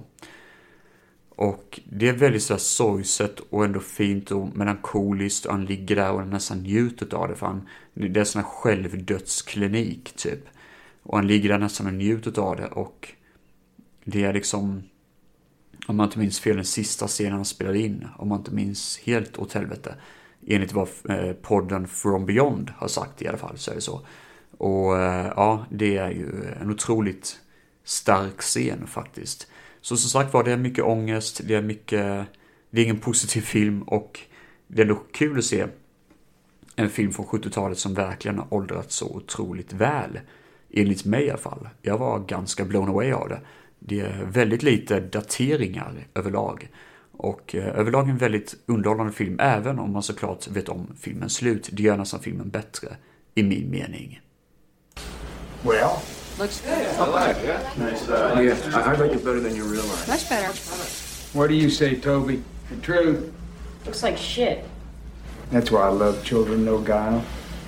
Och det är väldigt så här sorgset och ändå fint och melankoliskt och han ligger där och nästan njuter av det för det är sån här självdödsklinik typ. Och han ligger där nästan och njuter av det och det är liksom, om man inte minns fel, den sista scenen han spelar in, om man inte minns helt åt helvete, enligt vad podden From Beyond har sagt i alla fall, så är det så. Och det är ju en otroligt stark scen faktiskt. Så som sagt var, det är mycket ångest, det är ingen positiv film och det är ändå kul att se en film från 70-talet som verkligen har åldrats så otroligt väl. Enligt mig i alla fall. Jag var ganska blown away av det. Det är väldigt lite dateringar överlag. Och överlag en väldigt underhållande film, även om man såklart vet om filmens slut. Det gör nästan filmen bättre, i min mening. Well, looks good. nice. Yeah, I like it better than you realize. Much better. What do you say, Toby? The truth. Looks like shit. That's why I love children, no guile.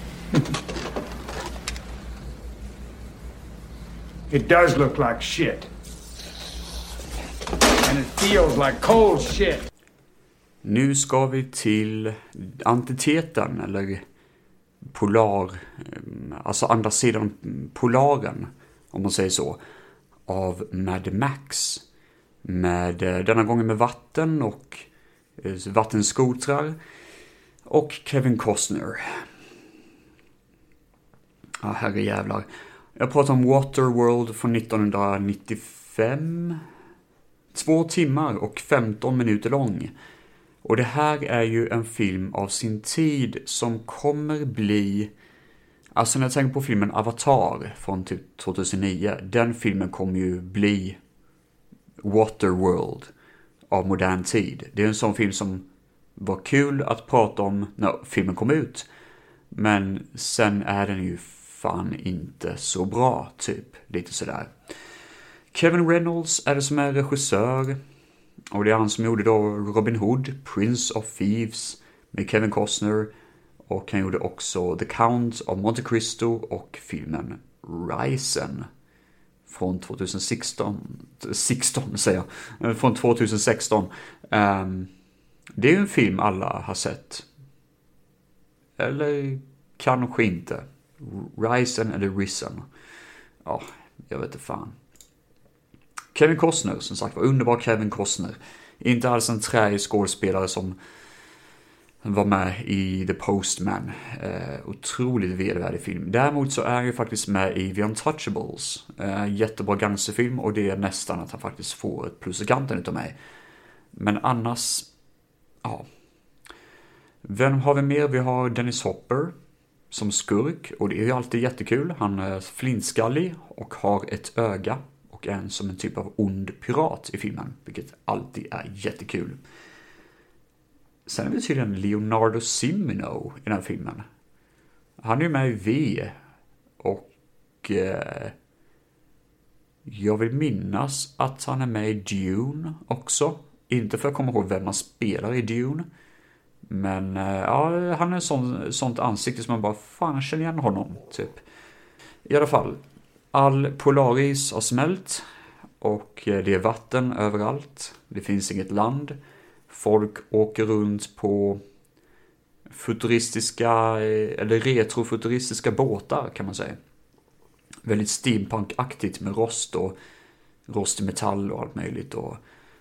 It does look like shit. And it feels like cold shit. Nu ska vi till antiteten, eller alltså andra sidan polaren, om man säger så, av Mad Max. Denna gången med vatten och vattenskotrar och Kevin Costner. Ja, herrejävlar. Jag pratar om Waterworld från 1995. 2 timmar och 15 minuter lång. Och det här är ju en film av sin tid som kommer bli... Alltså när jag tänker på filmen Avatar från typ 2009. Den filmen kommer ju bli Waterworld av modern tid. Det är en sån film som var kul att prata om när filmen kom ut. Men sen är den ju fan inte så bra, typ. Lite sådär. Kevin Reynolds är det som är regissör. Och det är han som gjorde då Robin Hood, Prince of Thieves med Kevin Costner. Och han gjorde också The Count of Monte Cristo och filmen Risen från 2016. Från 2016. Det är ju en film alla har sett. Eller kanske inte. Risen eller Risen. Ja, jag vet inte fan. Kevin Costner, som sagt, var underbar Kevin Costner. Inte alls en träig skådespelare som var med i The Postman. Otroligt vedervärdig film. Däremot så är han ju faktiskt med i The Untouchables. Jättebra gangsterfilm, och det är nästan att han faktiskt får ett plus i kanten utav mig. Men annars, ja. Vem har vi mer? Vi har Dennis Hopper som skurk, och det är ju alltid jättekul. Han är flintskallig och har ett öga och är som en typ av ond pirat i filmen, vilket alltid är jättekul. Sen är det tydligen Leonardo Cimino i den här filmen. Han är ju med i V, och jag vill minnas att han är med i Dune också. Inte för att komma ihåg vem man spelar i Dune. Men ja, han är sånt ansikte som man bara, fan, jag känner igen honom, typ. I alla fall, all polaris har smält, och det är vatten överallt. Det finns inget land. Folk åker runt på futuristiska, eller retrofuturistiska båtar, kan man säga. Väldigt steampunk-aktigt med rost och rostig metall och allt möjligt, och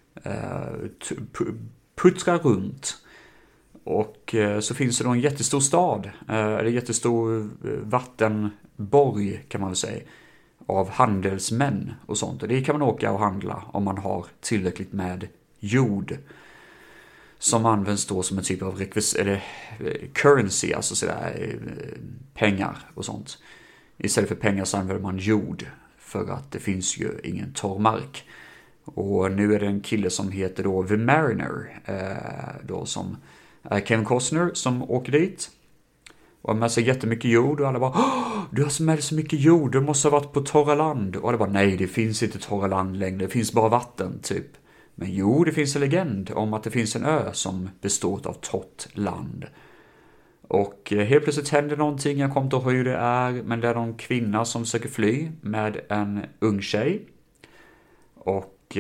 puttrar runt. Och så finns det då en jättestor stad, eller jättestor vattenborg, kan man väl säga, av handelsmän och sånt. Och det kan man åka och handla om man har tillräckligt med jord, som används då som en typ av currency, alltså sådär, pengar och sånt. Istället för pengar så använder man jord, för att det finns ju ingen torr mark. Och nu är det en kille som heter då The Mariner, då som är Kevin Costner, som åker dit och har med sig jättemycket jord, och alla bara, du har med dig så mycket jord, du måste ha varit på torra land. Och alla bara, nej, det finns inte torra land längre, det finns bara vatten, typ. Men jo, det finns en legend om att det finns en ö som består av torrt land. Och helt plötsligt händer någonting, jag kommer inte ihåg hur det är, men det är någon kvinna som söker fly med en ung tjej. Och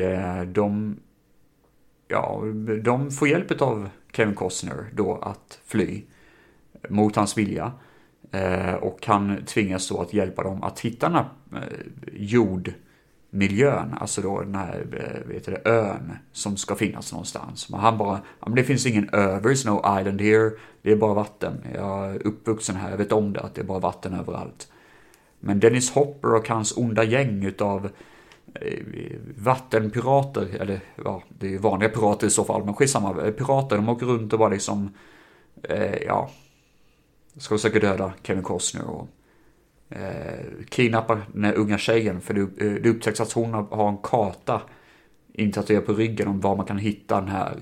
de får hjälp av Kevin Costner då att fly mot hans vilja. Och han tvingas då att hjälpa dem att hitta den här jordmiljön, alltså då den här ön som ska finnas någonstans. Men han bara, det finns ingen ö, there's no island here, det är bara vatten. Jag är uppvuxen här, jag vet om det, att det är bara vatten överallt. Men Dennis Hopper och hans onda gäng utav vattenpirater, eller ja, det är vanliga pirater i så fall, men skitsamma, pirater, de åker runt och bara liksom ska försöka döda Kevin Costner och kidnappar den här unga tjejen, för det upptäcks att hon har en karta intatuerad på ryggen om var man kan hitta den här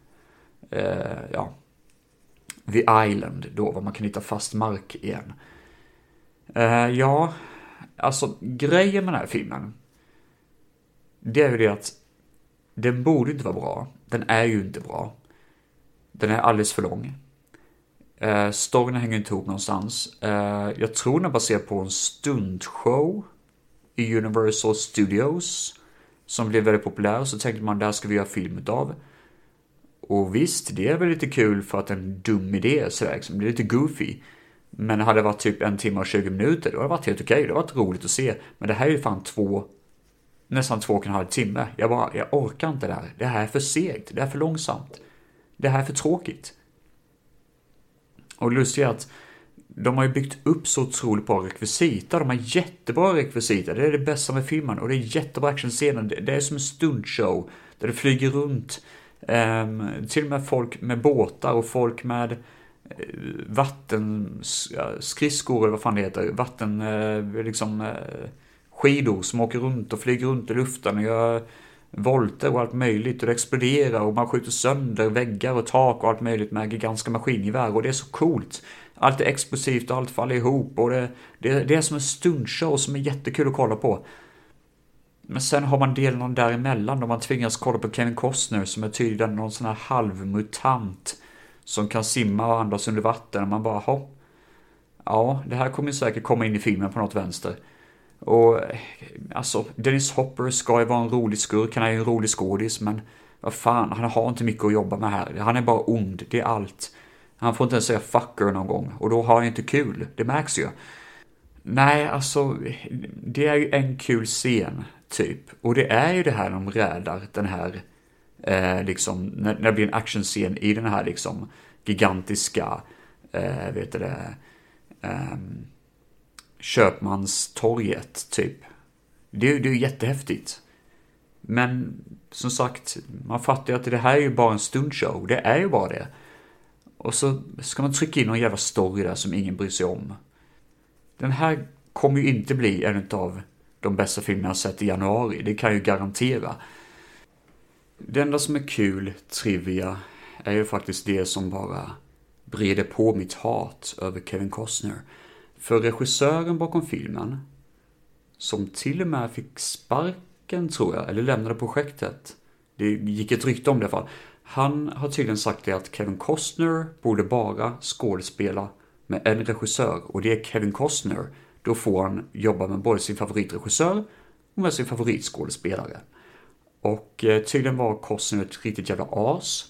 The Island då, var man kan hitta fast mark igen. Alltså grejen med den här filmen, det är ju det att den borde inte vara bra. Den är ju inte bra. Den är alldeles för lång. Storyn hänger inte ihop någonstans. Jag tror den är baserad på en stuntshow i Universal Studios som blev väldigt populär. Så tänkte man, där ska vi göra film utav. Och visst, det är väl lite kul för att en dum idé sådär, liksom. Det är lite goofy. Men det hade varit typ 1 timme och 20 minuter, då hade det varit helt okej. Det hade varit roligt att se. Men det här är ju fan nästan 2,5 timme. Jag orkar inte det här. Det här är för segt. Det är för långsamt. Det här är för tråkigt. Och lustigt är att de har ju byggt upp så otroligt bra rekvisita. De har jättebra rekvisita. Det är det bästa med filmen. Och det är jättebra actionscener. Det är som en stuntshow. Där det flyger runt. Till och med folk med båtar och folk med vattenskridskor eller vad fan det heter. Skidor som åker runt och flyger runt i luften och gör volter och allt möjligt, och det exploderar och man skjuter sönder väggar och tak och allt möjligt med gigantiska maskingevär, och det är så coolt. Allt är explosivt och allt faller ihop, och det är som en stuntshow som är jättekul att kolla på. Men sen har man delen däremellan då man tvingas kolla på Kevin Costner som är tydligen någon sån här halvmutant som kan simma och andas under vatten, och man bara, ja, det här kommer säkert komma in i filmen på något vänster. Och alltså, Dennis Hopper ska ju vara en rolig skurk, han är ju en rolig skådis, men vad fan, han har inte mycket att jobba med här. Han är bara ond, det är allt. Han får inte ens säga fucker någon gång, och då har han inte kul, det märks ju. Nej, alltså, det är ju en kul scen, typ. Och det är ju det här de räddar den här, liksom, när det blir en actionscen i den här, liksom, gigantiska Köpmanstorget typ. Det är ju jättehäftigt. Men som sagt, man fattar ju att det här är ju bara en stuntshow. Det är ju bara det. Och så ska man trycka in någon jävla story där som ingen bryr sig om. Den här kommer ju inte bli en av de bästa filmerna jag sett i januari. Det kan jag ju garantera. Det enda som är kul, trivia, är ju faktiskt det som bara breder på mitt hat över Kevin Costner. För regissören bakom filmen, som till och med fick sparken tror jag, eller lämnade projektet. Det gick ett rykte om det i alla fall. Han har tydligen sagt det att Kevin Costner borde bara skådespela med en regissör, och det är Kevin Costner. Då får han jobba med både sin favoritregissör och med sin favoritskådespelare. Och tydligen var Costner ett riktigt jävla as.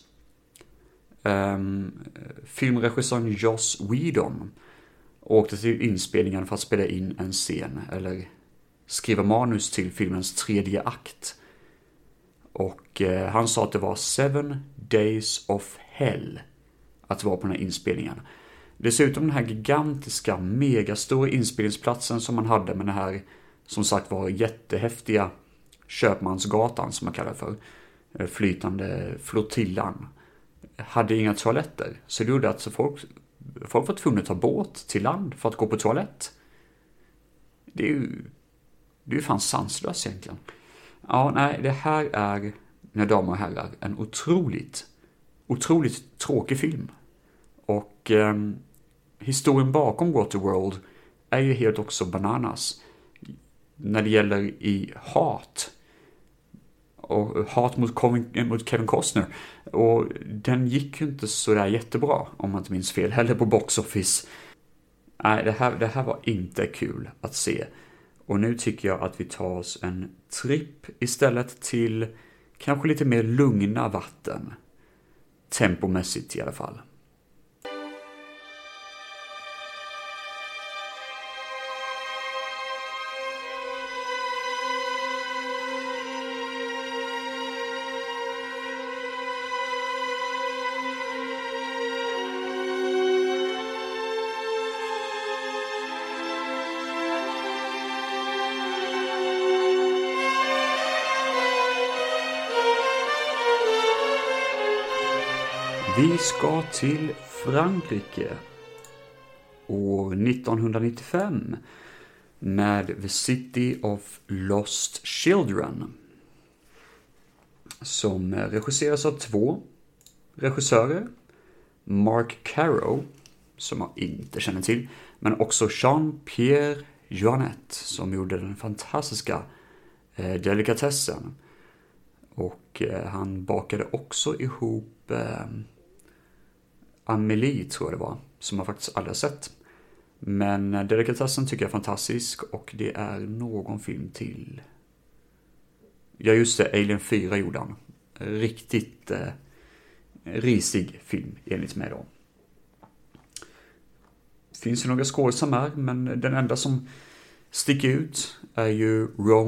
Filmregissören Joss Whedon åkte till inspelningen för att spela in en scen, eller skriva manus till filmens 3:e akt. Och han sa att det var 7 days of hell att vara på den här inspelningen. Dessutom den här gigantiska, megastora inspelningsplatsen som man hade med den här, som sagt var jättehäftiga Köpmansgatan som man kallar för, flytande flottillan, hade inga toaletter. Så det gjorde att folk var tvungna att ta båt till land för att gå på toalett. Det är ju fan sanslöst egentligen. Ja, nej, det här är, mina damer och herrar, en otroligt tråkig film. Och historien bakom Waterworld är ju helt också bananas. När det gäller i hat. Och hat mot Kevin Costner. Och den gick ju inte så där jättebra, om man inte minns fel, heller på box office. Nej, det här var inte kul att se. Och nu tycker jag att vi tar oss en tripp istället till kanske lite mer lugna vatten. Tempomässigt i alla fall. Vi ska till Frankrike år 1995 med The City of Lost Children, som regisseras av 2 regissörer, Mark Caro, som jag inte känner till, men också Jean-Pierre Jeunet, som gjorde den fantastiska Delikatessen. Och han bakade också ihop Amélie, tror jag det var, som jag faktiskt aldrig har sett. Men Delikatessen tycker jag är fantastisk, och det är någon film till. Ja, just det, Alien 4 gjorde han. Riktigt risig film enligt mig då. Finns ju några skådespelare med, men den enda som sticker ut är ju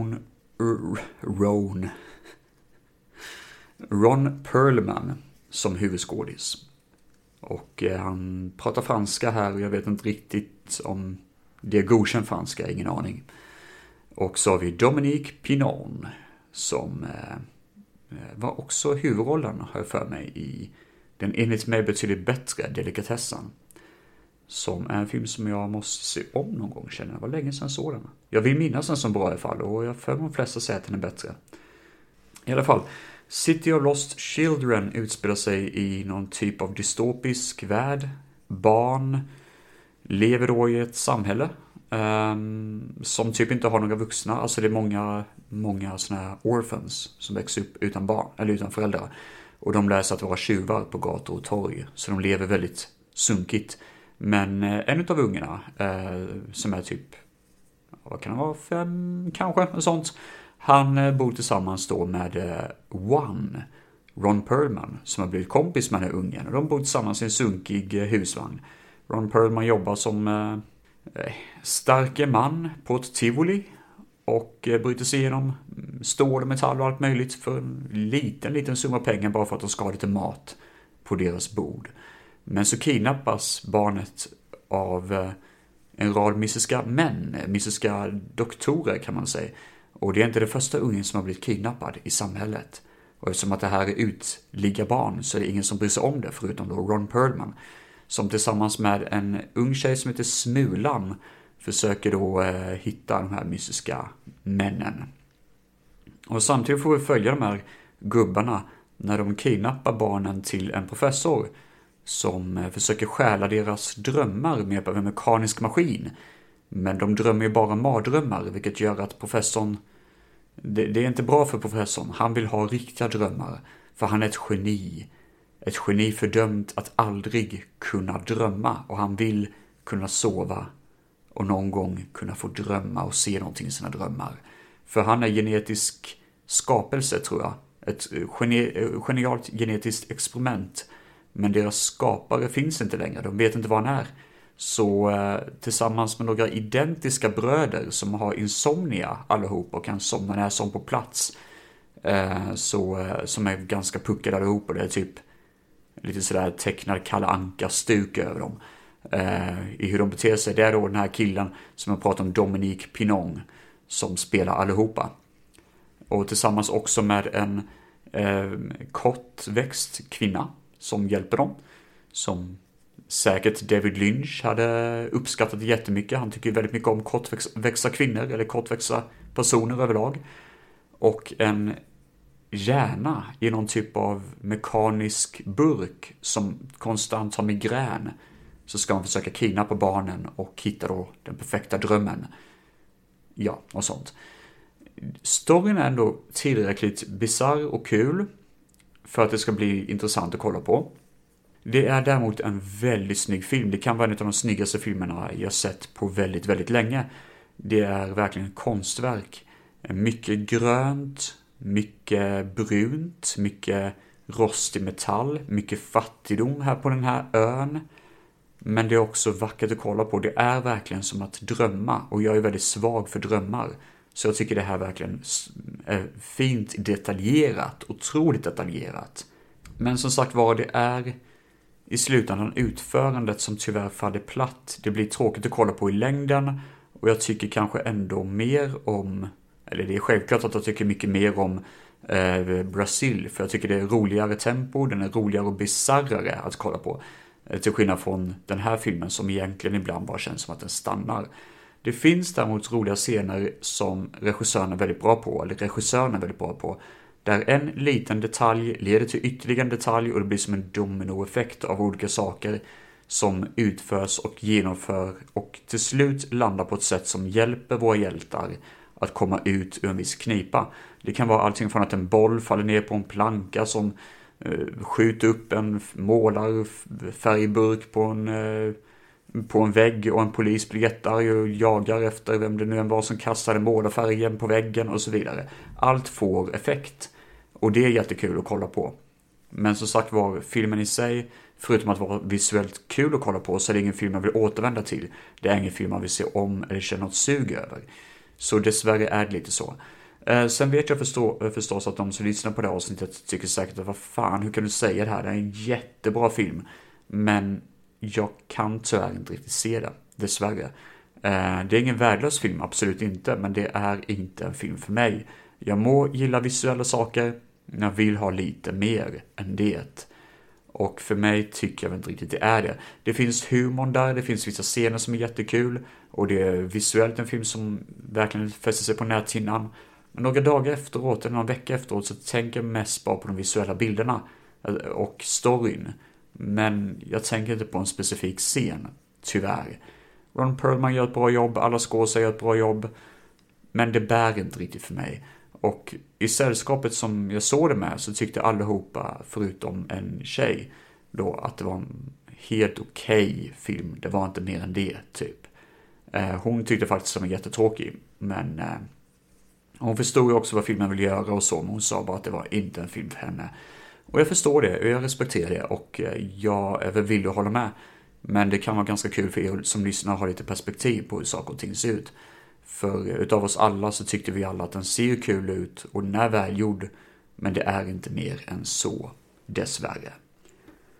Ron Perlman som huvudskådis. Och han pratar franska här, och jag vet inte riktigt om det är godkänd franska, ingen aning. Och så har vi Dominique Pinon som var också huvudrollen, har jag för mig, i den enligt mig betydligt bättre Delikatessen. Som är en film som jag måste se om någon gång, känner jag. Det var länge sedan såg den. Jag vill minnas den som bra i alla fall, och jag för de flesta säger att den är bättre. I alla fall, City of Lost Children utspelar sig i någon typ av dystopisk värld. Barn lever då i ett samhälle som typ inte har några vuxna. Alltså det är många såna här orphans som växer upp utan barn eller utan föräldrar. Och de lär sig att vara tjuvar på gator och torg. Så de lever väldigt sunkigt. Men en av ungarna som är typ, vad kan det vara, 5 kanske, och sånt. Han bor tillsammans då med Ron Perlman, som har blivit kompis med den här ungen. Och de bor tillsammans i en sunkig husvagn. Ron Perlman jobbar som starke man på ett tivoli. Och bryter sig igenom stål och metall och allt möjligt för en liten summa pengar, bara för att de ska ha lite mat på deras bord. Men så kidnappas barnet av en rad mystiska doktorer kan man säga. Och det är inte det första ungen som har blivit kidnappad i samhället. Och eftersom att det här är utliggarbarn så är det ingen som bryr sig om det förutom då Ron Perlman. Som tillsammans med en ung tjej som heter Smulan försöker då hitta de här mystiska männen. Och samtidigt får vi följa de här gubbarna när de kidnappar barnen till en professor som försöker stjäla deras drömmar med hjälp av en mekanisk maskin. Men de drömmer ju bara mardrömmar, vilket gör att professorn... Det är inte bra för professorn. Han vill ha riktiga drömmar, för han är ett geni. Ett geni fördömt att aldrig kunna drömma, och han vill kunna sova och någon gång kunna få drömma och se någonting i sina drömmar. För han är genetisk skapelse, tror jag. Ett genialt genetiskt experiment. Men deras skapare finns inte längre, de vet inte vad han är. Så tillsammans med några identiska bröder som har insomnia allihop och kan somna när som på plats. Som är ganska puckade allihop, och det är typ lite sådär tecknad Kalle Anka-stuk över dem. I hur de beter sig. Det är då den här killen som jag pratar om, Dominique Pinon, som spelar allihopa. Och tillsammans också med en kortväxt kvinna som hjälper dem. Som säkert David Lynch hade uppskattat jättemycket. Han tycker väldigt mycket om kortväxta kvinnor eller kortväxta personer överlag. Och en hjärna i någon typ av mekanisk burk som konstant har migrän. Så ska man försöka kidnappa barnen och hitta då den perfekta drömmen. Ja, och sånt. Storyn är ändå tillräckligt bizarr och kul för att det ska bli intressant att kolla på. Det är däremot en väldigt snygg film. Det kan vara en av de snyggaste filmerna jag sett på väldigt, väldigt länge. Det är verkligen konstverk. Mycket grönt, mycket brunt, mycket rostig metall, mycket fattigdom här på den här ön. Men det är också vackert att kolla på. Det är verkligen som att drömma, och jag är väldigt svag för drömmar. Så jag tycker det här verkligen är fint detaljerat, otroligt detaljerat. Men som sagt var, det är i slutändan utförandet som tyvärr faller platt. Det blir tråkigt att kolla på i längden, och jag tycker kanske ändå mer om, eller det är självklart att jag tycker mycket mer om Brasil, för jag tycker det är roligare tempo, den är roligare och bizarrare att kolla på. Till skillnad från den här filmen som egentligen ibland bara känns som att den stannar. Det finns däremot roliga scener som regissören är väldigt bra på, där en liten detalj leder till ytterligare en detalj, och det blir som en dominoeffekt av olika saker som utförs och genomför och till slut landar på ett sätt som hjälper våra hjältar att komma ut ur en viss knipa. Det kan vara allting från att en boll faller ner på en planka som skjuter upp en målarfärgburk på en vägg, och en polis blir jättearg och jagar efter vem det nu än var som kastade målarfärgen på väggen och så vidare. Allt får effekt, och det är jättekul att kolla på. Men som sagt var, filmen i sig, förutom att vara visuellt kul att kolla på, så är det ingen film jag vill återvända till. Det är ingen film man vill se om eller känna något sug över. Så dessvärre är det lite så. Sen vet jag förstås att de som lyssnar på det här avsnittet tycker säkert att vad fan, hur kan du säga det här? Det är en jättebra film. Men jag kan tyvärr inte riktigt se det, dessvärre. Det är ingen värdelös film, absolut inte. Men det är inte en film för mig. Jag må gilla visuella saker, men jag vill ha lite mer än det. Och för mig tycker jag inte riktigt det är det. Det finns humor där, det finns vissa scener som är jättekul. Och det är visuellt en film som verkligen fäster sig på näthinnan. Men några dagar efteråt, eller någon vecka efteråt, så tänker jag mest bara på de visuella bilderna och storyn. Men jag tänker inte på en specifik scen, tyvärr. Ron Perlman gör ett bra jobb, alla skådespelare gör ett bra jobb. Men det bär inte riktigt för mig. Och i sällskapet som jag såg det med så tyckte allihopa, förutom en tjej, då att det var en helt okej film. Det var inte mer än det, typ. Hon tyckte faktiskt att den var jättetråkig. Men hon förstod ju också vad filmen ville göra och så. Men hon sa bara att det var inte en film för henne. Och jag förstår det, och jag respekterar det, och jag är väl villig att hålla med. Men det kan vara ganska kul för er som lyssnar att ha lite perspektiv på hur saker och ting ser ut. För utav oss alla så tyckte vi alla att den ser kul ut och den är välgjord. Men det är inte mer än så, dessvärre.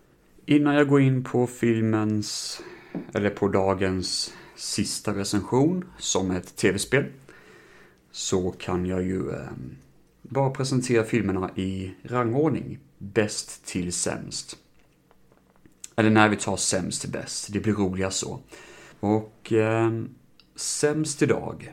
Innan jag går in på filmens, eller på dagens sista recension som ett tv-spel, så kan jag ju bara presentera filmerna i rangordning, bäst till sämst. Eller när vi tar sämst till bäst, det blir roligare så. Och sämst idag,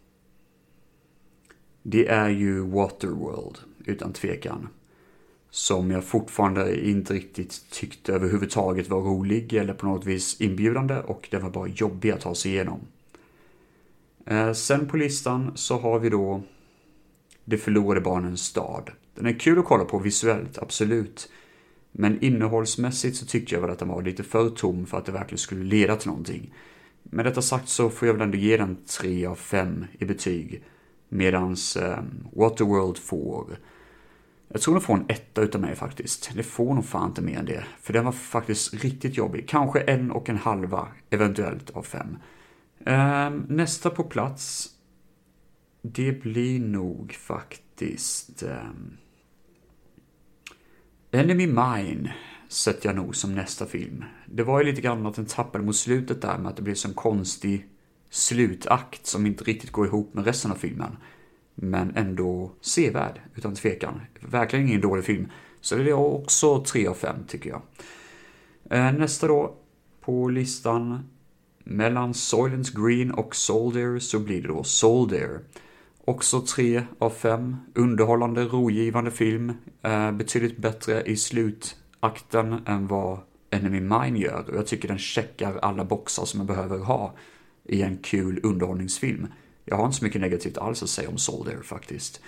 det är ju Waterworld, utan tvekan. Som jag fortfarande inte riktigt tyckte överhuvudtaget var rolig eller på något vis inbjudande, och det var bara jobbigt att ta sig igenom. Sen på listan så har vi då Det förlorade barnens stad. Den är kul att kolla på visuellt, absolut. Men innehållsmässigt så tyckte jag väl att den var lite för tom för att det verkligen skulle leda till någonting. Med detta sagt så får jag väl ändå ge den 3 av 5 i betyg. Medans Waterworld får... Jag tror den får en 1 utav mig faktiskt. Det får nog fan inte mer än det. För den var faktiskt riktigt jobbig. Kanske 1,5 eventuellt av 5. Nästa på plats... Det blir nog faktiskt... Enemy Mine sätter jag nog som nästa film. Det var ju lite grann att den tappade mot slutet där med att det blev en konstig slutakt som inte riktigt går ihop med resten av filmen. Men ändå sevärd, utan tvekan. Verkligen ingen dålig film. Så det är också 3 av 5 tycker jag. Nästa då på listan, mellan Soylent Green och Soldier, så blir det då Soldier. Också 3 av 5. Underhållande, rogivande film. Betydligt bättre i slutakten än vad Enemy Mine gör. Och jag tycker den checkar alla boxar som man behöver ha i en kul underhållningsfilm. Jag har inte så mycket negativt alls att säga om Soldier faktiskt.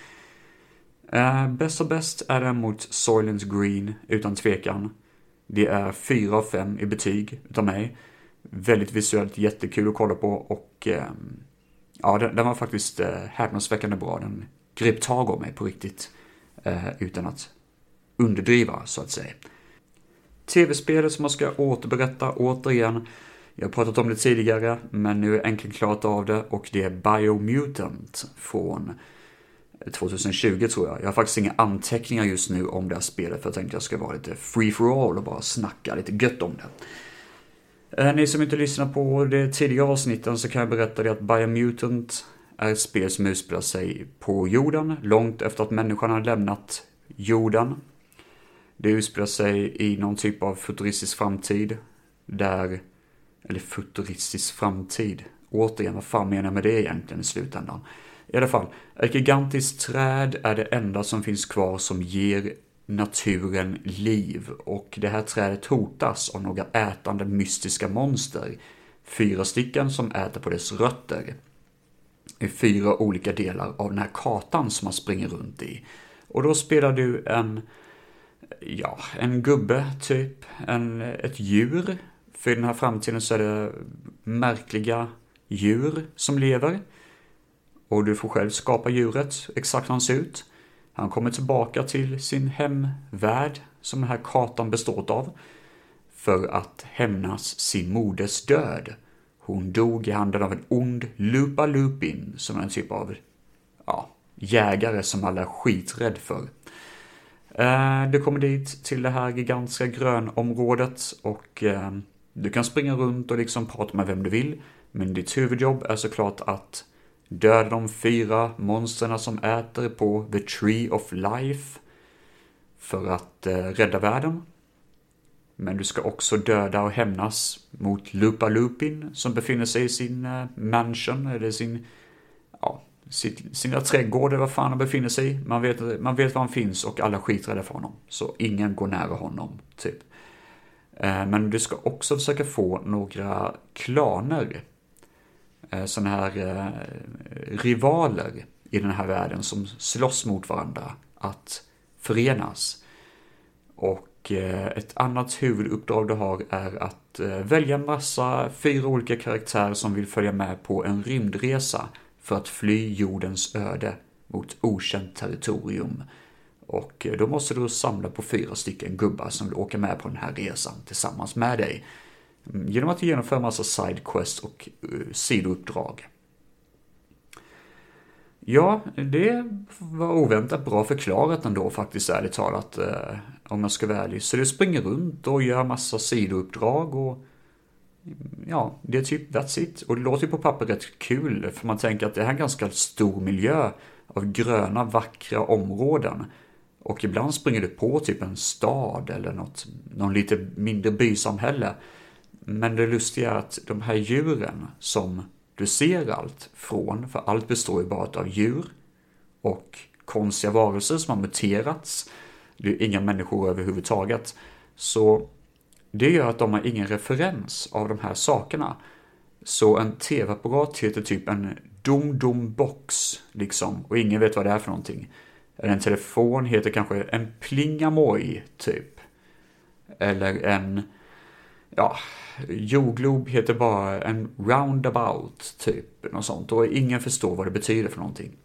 Bäst och bäst är den mot Soylent Green, utan tvekan. Det är 4 av 5 i betyg utav mig. Väldigt visuellt, jättekul att kolla på, och ja, den var faktiskt häpnadsväckande bra. Den grep tag om mig på riktigt, utan att underdriva så att säga. TV-spelet som jag ska återberätta återigen. Jag har pratat om det tidigare, men nu är jag äntligen klart av det, och det är Biomutant från 2020 tror jag. Jag har faktiskt inga anteckningar just nu om det här spelet, för jag tänkte att jag ska vara lite free for all och bara snacka lite gött om det. Ni som inte lyssnar på det tidigare avsnitten så kan jag berätta det att Biomutant är ett spel som utspelar sig på jorden, långt efter att människan har lämnat jorden. Det utspelar sig i någon typ av futuristisk framtid, eller futuristisk framtid. Återigen, vad fan menar jag med det egentligen i slutändan? I alla fall, ett gigantiskt träd är det enda som finns kvar som ger naturen liv. Och det här trädet hotas av några ätande mystiska monster. 4 stycken som äter på dess rötter. I 4 olika delar av den här kartan som man springer runt i. Och då spelar du en gubbe typ, ett djur. För i den här framtiden så är det märkliga djur som lever. Och du får själv skapa djuret, exakt hur han ser ut. Han kommer tillbaka till sin hemvärld som den här kartan består av. För att hämnas sin moders död. Hon dog i handen av en ond Lupa Lupin, som är en typ av jägare som alla är skiträdd för. Du kommer dit till det här gigantiska grönområdet och du kan springa runt och liksom prata med vem du vill. Men ditt huvudjobb är såklart att döda de 4 monsterna som äter på The Tree of Life för att rädda världen. Men du ska också döda och hämnas mot Lupa Lupin som befinner sig i sin mansion eller sina trädgård eller vad fan han befinner sig i. Man vet var han finns och alla skiträdda för honom. Så ingen går nära honom, typ. Men du ska också försöka få några klaner. Såna här rivaler i den här världen som slåss mot varandra att förenas. Och ett annat huvuduppdrag du har är att välja massa 4 olika karaktärer som vill följa med på en rymdresa för att fly jordens öde mot okänt territorium. Och då måste du samla på 4 stycken gubbar som vill åka med på den här resan tillsammans med dig. Genom att genomföra massa sidequests och sidouppdrag. Ja, det var oväntat bra förklarat ändå faktiskt, ärligt talat, om jag ska vara ärlig. Så du springer runt och gör massa sidouppdrag och ja, det är typ that's it. Och det låter ju på papper rätt kul, för man tänker att det här är en ganska stor miljö av gröna, vackra områden. Och ibland springer du på typ en stad eller någon lite mindre bysamhälle. Men det lustiga är att de här djuren som du ser allt från, för allt består ju bara av djur och konstiga varelser som har muterats. Det är inga människor överhuvudtaget. Så det gör att de har ingen referens av de här sakerna. Så en tv-apparat heter typ en dom-dom-box liksom, och ingen vet vad det är för någonting. En telefon heter kanske en plingamoj typ. Eller en, ja, jordglob heter bara en roundabout typ, något sånt. Och ingen förstår vad det betyder för någonting.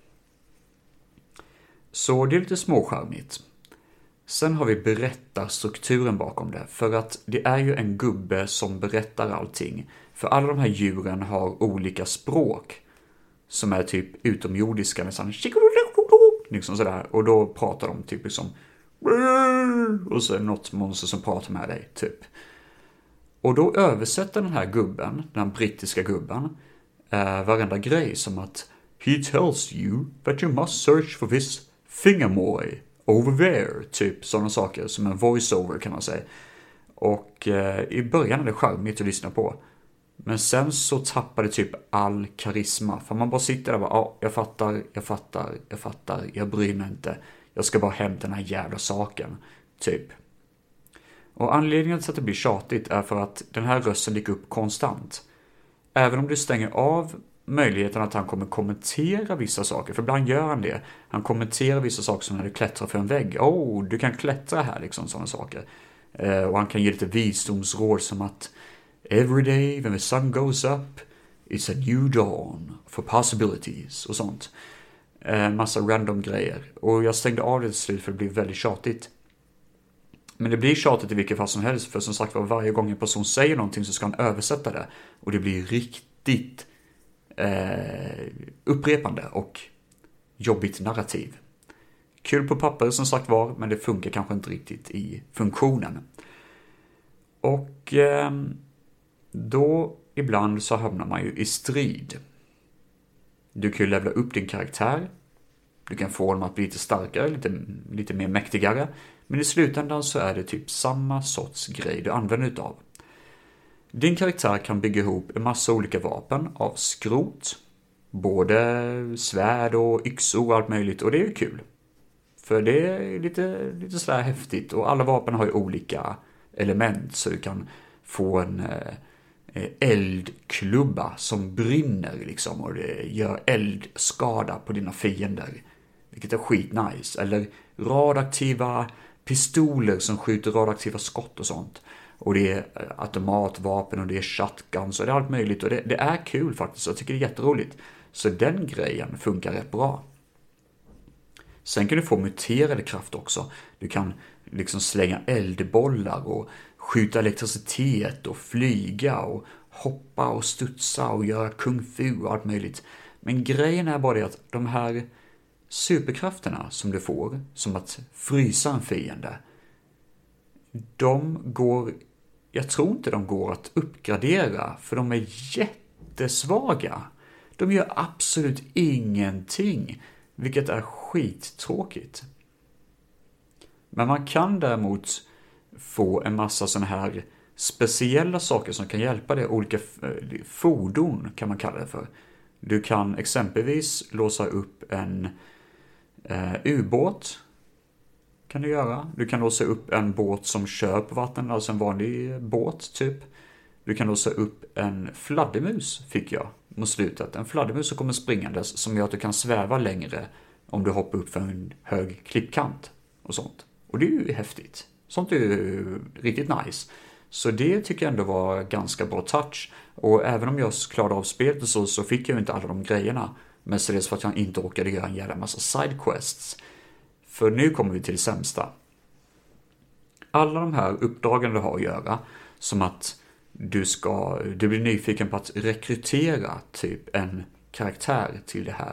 Så det är lite småskärmigt. Sen har vi berättarstrukturen bakom det. För att det är ju en gubbe som berättar allting. För alla de här djuren har olika språk. Som är typ utomjordiska, nästan liksom sådär. Och då pratar de typ liksom. Och så är det något monster som pratar med dig typ. Och då översätter den här gubben, den brittiska gubben, varenda grej som att he tells you that you must search for this thingamoy over there, typ sådana saker som en voiceover kan man säga. Och i början är det charmigt att lyssna på. Men sen så tappar det typ all karisma. För man bara sitter där och bara, ja, jag fattar, jag bryr mig inte. Jag ska bara hämta den här jävla saken, typ. Och anledningen till att det blir tjatigt är för att den här rösten dyker upp konstant. Även om du stänger av möjligheten att han kommer kommentera vissa saker, för ibland gör han det. Han kommenterar vissa saker som när du klättrar för en vägg. Du kan klättra här, liksom sådana saker. Och han kan ge lite visdomsråd som att every day when the sun goes up it's a new dawn for possibilities och sånt. Massa random grejer. Och jag stängde av det till slut för det blir väldigt tjatigt. Men det blir tjatigt i vilket fall som helst, för som sagt var, varje gång en person säger någonting så ska han översätta det. Och det blir riktigt upprepande och jobbigt narrativ. Kul på papper som sagt var, men det funkar kanske inte riktigt i funktionen. Och då ibland så hamnar man ju i strid. Du kan ju levla upp din karaktär. Du kan få dem att bli lite starkare, lite mer mäktigare. Men i slutändan så är det typ samma sorts grej du använder utav. Din karaktär kan bygga ihop en massa olika vapen av skrot. Både svärd och yxor och allt möjligt. Och det är ju kul. För det är lite sådär häftigt. Och alla vapen har ju olika element. Så du kan få en eldklubba som brinner liksom. Och det gör eldskada på dina fiender. Vilket är skitnice. Eller radioaktiva pistoler som skjuter radioaktiva skott och sånt. Och det är automatvapen och det är shotguns och det är allt möjligt. Och det är kul faktiskt. Jag tycker det är jätteroligt. Så den grejen funkar rätt bra. Sen kan du få muterade kraft också. Du kan liksom slänga eldbollar och skjuta elektricitet och flyga och hoppa och studsa och göra kung fu och allt möjligt. Men grejen är bara det att de här superkrafterna som du får, som att frysa en fiende, jag tror inte de går att uppgradera, för de är jättesvaga. De gör absolut ingenting, vilket är skittråkigt. Men man kan däremot få en massa sådana här speciella saker som kan hjälpa dig. Olika fordon kan man kalla det för. Du kan exempelvis låsa upp en ubåt. Kan du göra. Du kan låsa upp en båt som kör på vatten, alltså en vanlig båt typ. Du kan låsa upp en fladdermus, fick jag mot slutet. En fladdermus som kommer springandes som gör att du kan sväva längre om du hoppar upp för en hög klippkant och sånt. Och det är ju häftigt. Sånt är ju riktigt nice. Så det tycker jag ändå var ganska bra touch. Och även om jag klarade av spelet så fick jag ju inte alla de grejerna. Mestadels för att jag inte orkade göra en jävla massa sidequests. För nu kommer vi till det sämsta. Alla de här uppdragen du har att göra, som att du blir nyfiken på att rekrytera typ en karaktär till det här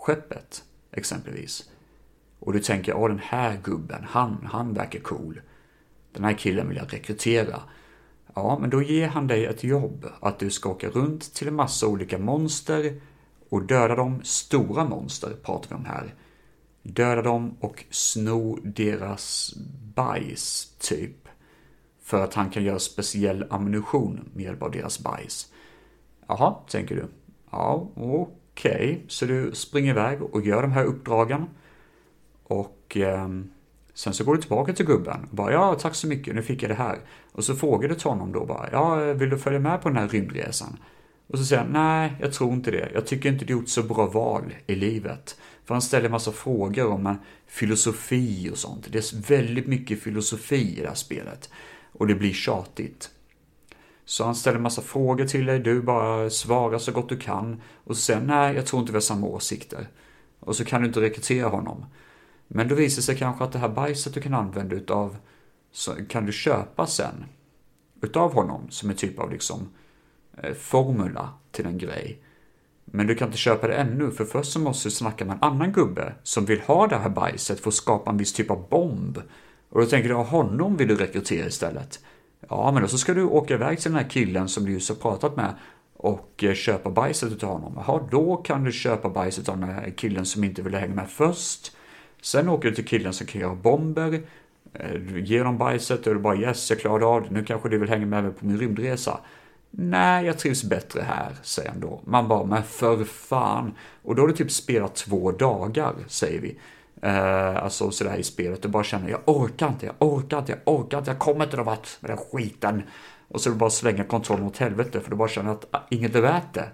skeppet, exempelvis. Och du tänker, den här gubben, han verkar cool. Den här killen vill jag rekrytera. Ja, men då ger han dig ett jobb. Att du ska åka runt till en massa olika monster och döda dem. Stora monster pratar vi om här. Döda dem och sno deras bajs, typ. För att han kan göra speciell ammunition med hjälp av deras bajs. Jaha, tänker du. Ja, okej. Så du springer iväg och gör de här uppdragen. Och sen så går du tillbaka till gubben och bara, ja, tack så mycket, nu fick jag det här. Och så frågar du till honom då bara, ja, vill du följa med på den här rymdresan? Och så säger han, nej, jag tror inte det. Jag tycker inte du gjort så bra val i livet. För han ställer en massa frågor om filosofi och sånt. Det är väldigt mycket filosofi i det här spelet. Och det blir tjatigt. Så han ställer en massa frågor till dig, du bara svarar så gott du kan. Och så säger han, nej, jag tror inte vi har samma åsikter. Och så kan du inte rekrytera honom. Men då visar sig kanske att det här bajset du kan använda utav, så kan du köpa sen utav honom som en typ av liksom formula till en grej. Men du kan inte köpa det ännu, för först så måste du snacka med en annan gubbe som vill ha det här bajset för att skapa en viss typ av bomb. Och då tänker du, honom vill du rekrytera istället. Ja, men då så ska du åka iväg till den här killen som du just har pratat med och köpa bajset utav honom. Jaha, då kan du köpa bajset av den här killen som inte ville hänga med först. Sen åker du till killen som kan göra bomber, ger dem bajset och du bara, yes, jag klarade av det, nu kanske du vill hänga med mig på min rymdresa. Nej, jag trivs bättre här, säger han då. Man bara, men för fan. Och då har du typ spelat 2 dagar, säger vi. Alltså sådär i spelet, du bara känner, jag orkar inte, jag kommer inte någon vart med den skiten. Och så du bara slänga kontrollen åt helvete, för du bara känner att inget är värt det.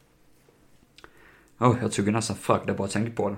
Jag tog nästan fuck, det bara tänkte på det.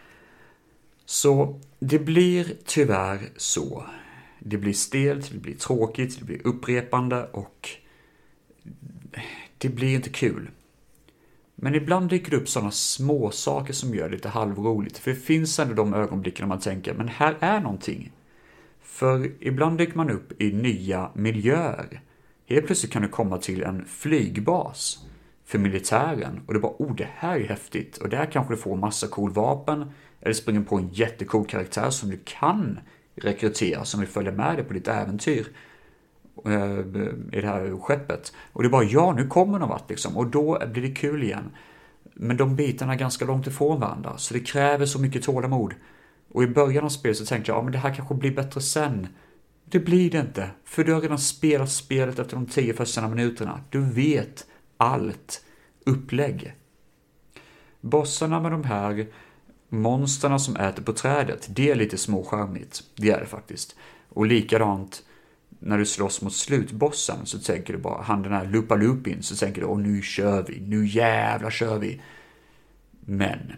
Så det blir tyvärr så. Det blir stelt, det blir tråkigt, det blir upprepande och det blir inte kul. Men ibland dyker det upp sådana små saker som gör det lite halvroligt. För det finns ändå de ögonblicken när man tänker, men här är någonting. För ibland dyker man upp i nya miljöer. Helt plötsligt kan du komma till en flygbas för militären. Och det bara, det här är häftigt. Och där kanske du får massa cool vapen. Eller springer på en jättecool karaktär som du kan rekrytera, som vill följa med dig på ditt äventyr i det här skeppet. Och det är bara, ja, nu kommer de vart liksom. Och då blir det kul igen. Men de bitarna är ganska långt ifrån varandra. Så det kräver så mycket tålamod. Och i början av spelet så tänkte jag, men det här kanske blir bättre sen. Det blir det inte. För du har redan spelat spelet efter de 10 första minuterna. Du vet allt upplägg. Bossarna med de här monsterna som äter på trädet, det är lite småskärmigt. Det är det faktiskt. Och likadant när du slåss mot slutbossen så tänker du bara, han den här Lupa Lupin, så tänker du, nu kör vi, nu jävlar kör vi. Men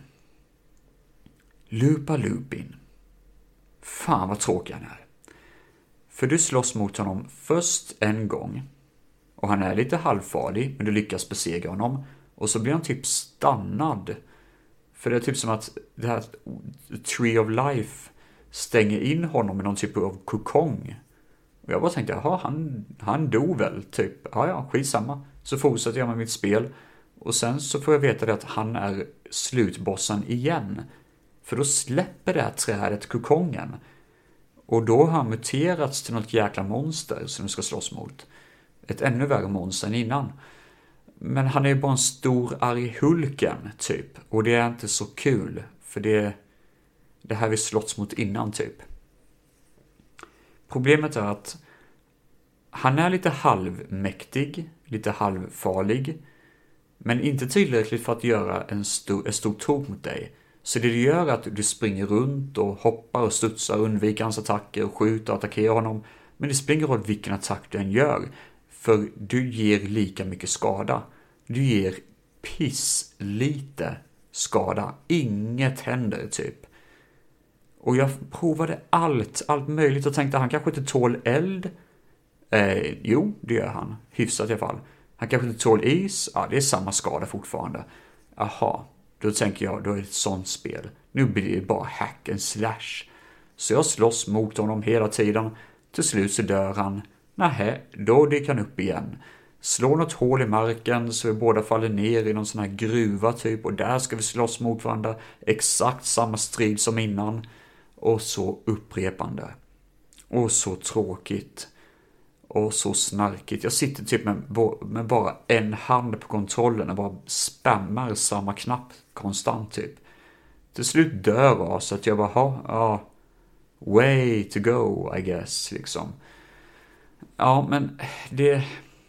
Lupa Lupin, fan vad tråkig han är. För du slåss mot honom först en gång och han är lite halvfarlig, men du lyckas besegra honom och så blir han typ stannad. För det är typ som att det här Tree of Life stänger in honom i någon typ av kokong. Och jag bara tänkte, han dog väl typ. Ja, skitsamma. Så fortsätter jag med mitt spel. Och sen så får jag veta det att han är slutbossen igen. För då släpper det här trädet kokongen. Och då har han muterats till något jäkla monster som du ska slåss mot. Ett ännu värre monster än innan. Men han är ju bara en stor arg Hulken typ. Och det är inte så kul. För det här vi slåss mot innan typ. Problemet är att han är lite halvmäktig, lite halvfarlig. Men inte tillräckligt för att göra ett stort hot mot dig. Så det gör att du springer runt och hoppar och studsar, undviker hans attacker och skjuter och attackerar honom. Men det spelar ingen roll vilken attack du än gör. För du ger lika mycket skada. Du ger lite skada. Inget händer typ. Och jag provade allt möjligt och tänkte att han kanske inte tål eld. Jo, det gör han. Hyfsat i alla fall. Han kanske inte tål is. Ja, det är samma skada fortfarande. Aha, då tänker jag, då är det ett sånt spel. Nu blir det bara hack and slash. Så jag slåss mot honom hela tiden. Till slut så dör han. Nähä, då dyker han upp igen. slå något hål i marken så vi båda faller ner i någon sån här gruva typ, och där ska vi slåss mot varandra. Exakt samma strid som innan. Och så upprepande. Och så tråkigt. Och så snarkigt. Jag sitter typ med bara en hand på kontrollen och bara spammar samma knapp konstant typ. Till slut dör jag, så att jag bara, way to go, I guess, liksom. Ja, men det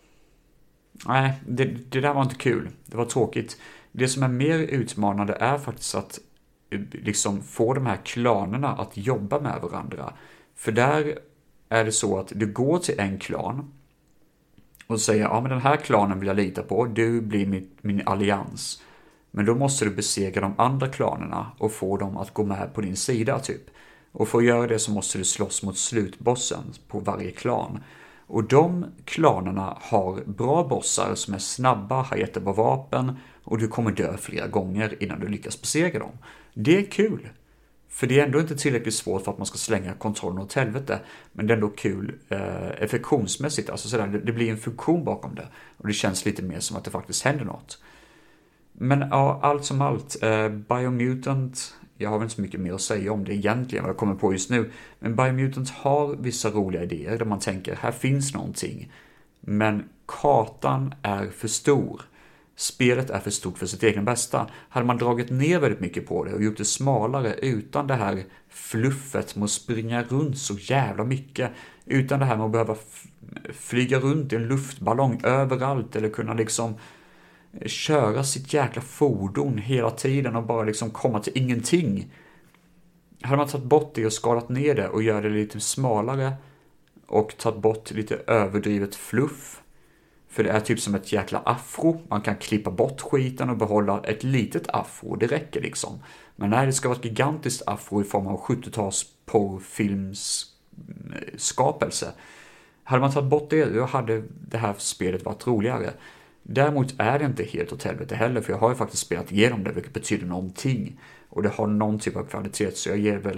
där var inte kul. Det var tråkigt. Det som är mer utmanande är faktiskt att liksom få de här klanerna att jobba med varandra. För där är det så att du går till en klan och säger, ja men den här klanen vill jag lita på, du blir min allians. Men då måste du besegra de andra klanerna och få dem att gå med på din sida typ. Och för att göra det så måste du slåss mot slutbossen på varje klan. Och de klanerna har bra bossar som är snabba, har jättebra vapen, och du kommer dö flera gånger innan du lyckas besegra dem. Det är kul. För det är ändå inte tillräckligt svårt för att man ska slänga kontrollen åt helvete. Men det är ändå kul effektionsmässigt. Alltså sådär, det blir en funktion bakom det. Och det känns lite mer som att det faktiskt händer något. Men ja, allt som allt. Biomutant, jag har väl inte så mycket mer att säga om det egentligen, vad jag kommer på just nu. Men Biomutant har vissa roliga idéer där man tänker, här finns någonting. Men kartan är för stor. Spelet är för stort för sitt egen bästa. Hade man dragit ner väldigt mycket på det och gjort det smalare utan det här fluffet med att springa runt så jävla mycket, utan det här med att behöva flyga runt i en luftballong överallt eller kunna liksom köra sitt jäkla fordon hela tiden och bara liksom komma till ingenting. Hade man tagit bort det och skalat ner det och gör det lite smalare och tagit bort lite överdrivet fluff. För det är typ som ett jäkla afro. Man kan klippa bort skiten och behålla ett litet afro. Det räcker liksom. Men nej, det ska vara ett gigantiskt afro i form av 70-tals porrfilms skapelse. Hade man tagit bort det, då hade det här spelet varit roligare. Däremot är det inte helt åt helvete heller, för jag har ju faktiskt spelat igenom det, vilket betyder någonting. Och det har någon typ av kvalitet, så jag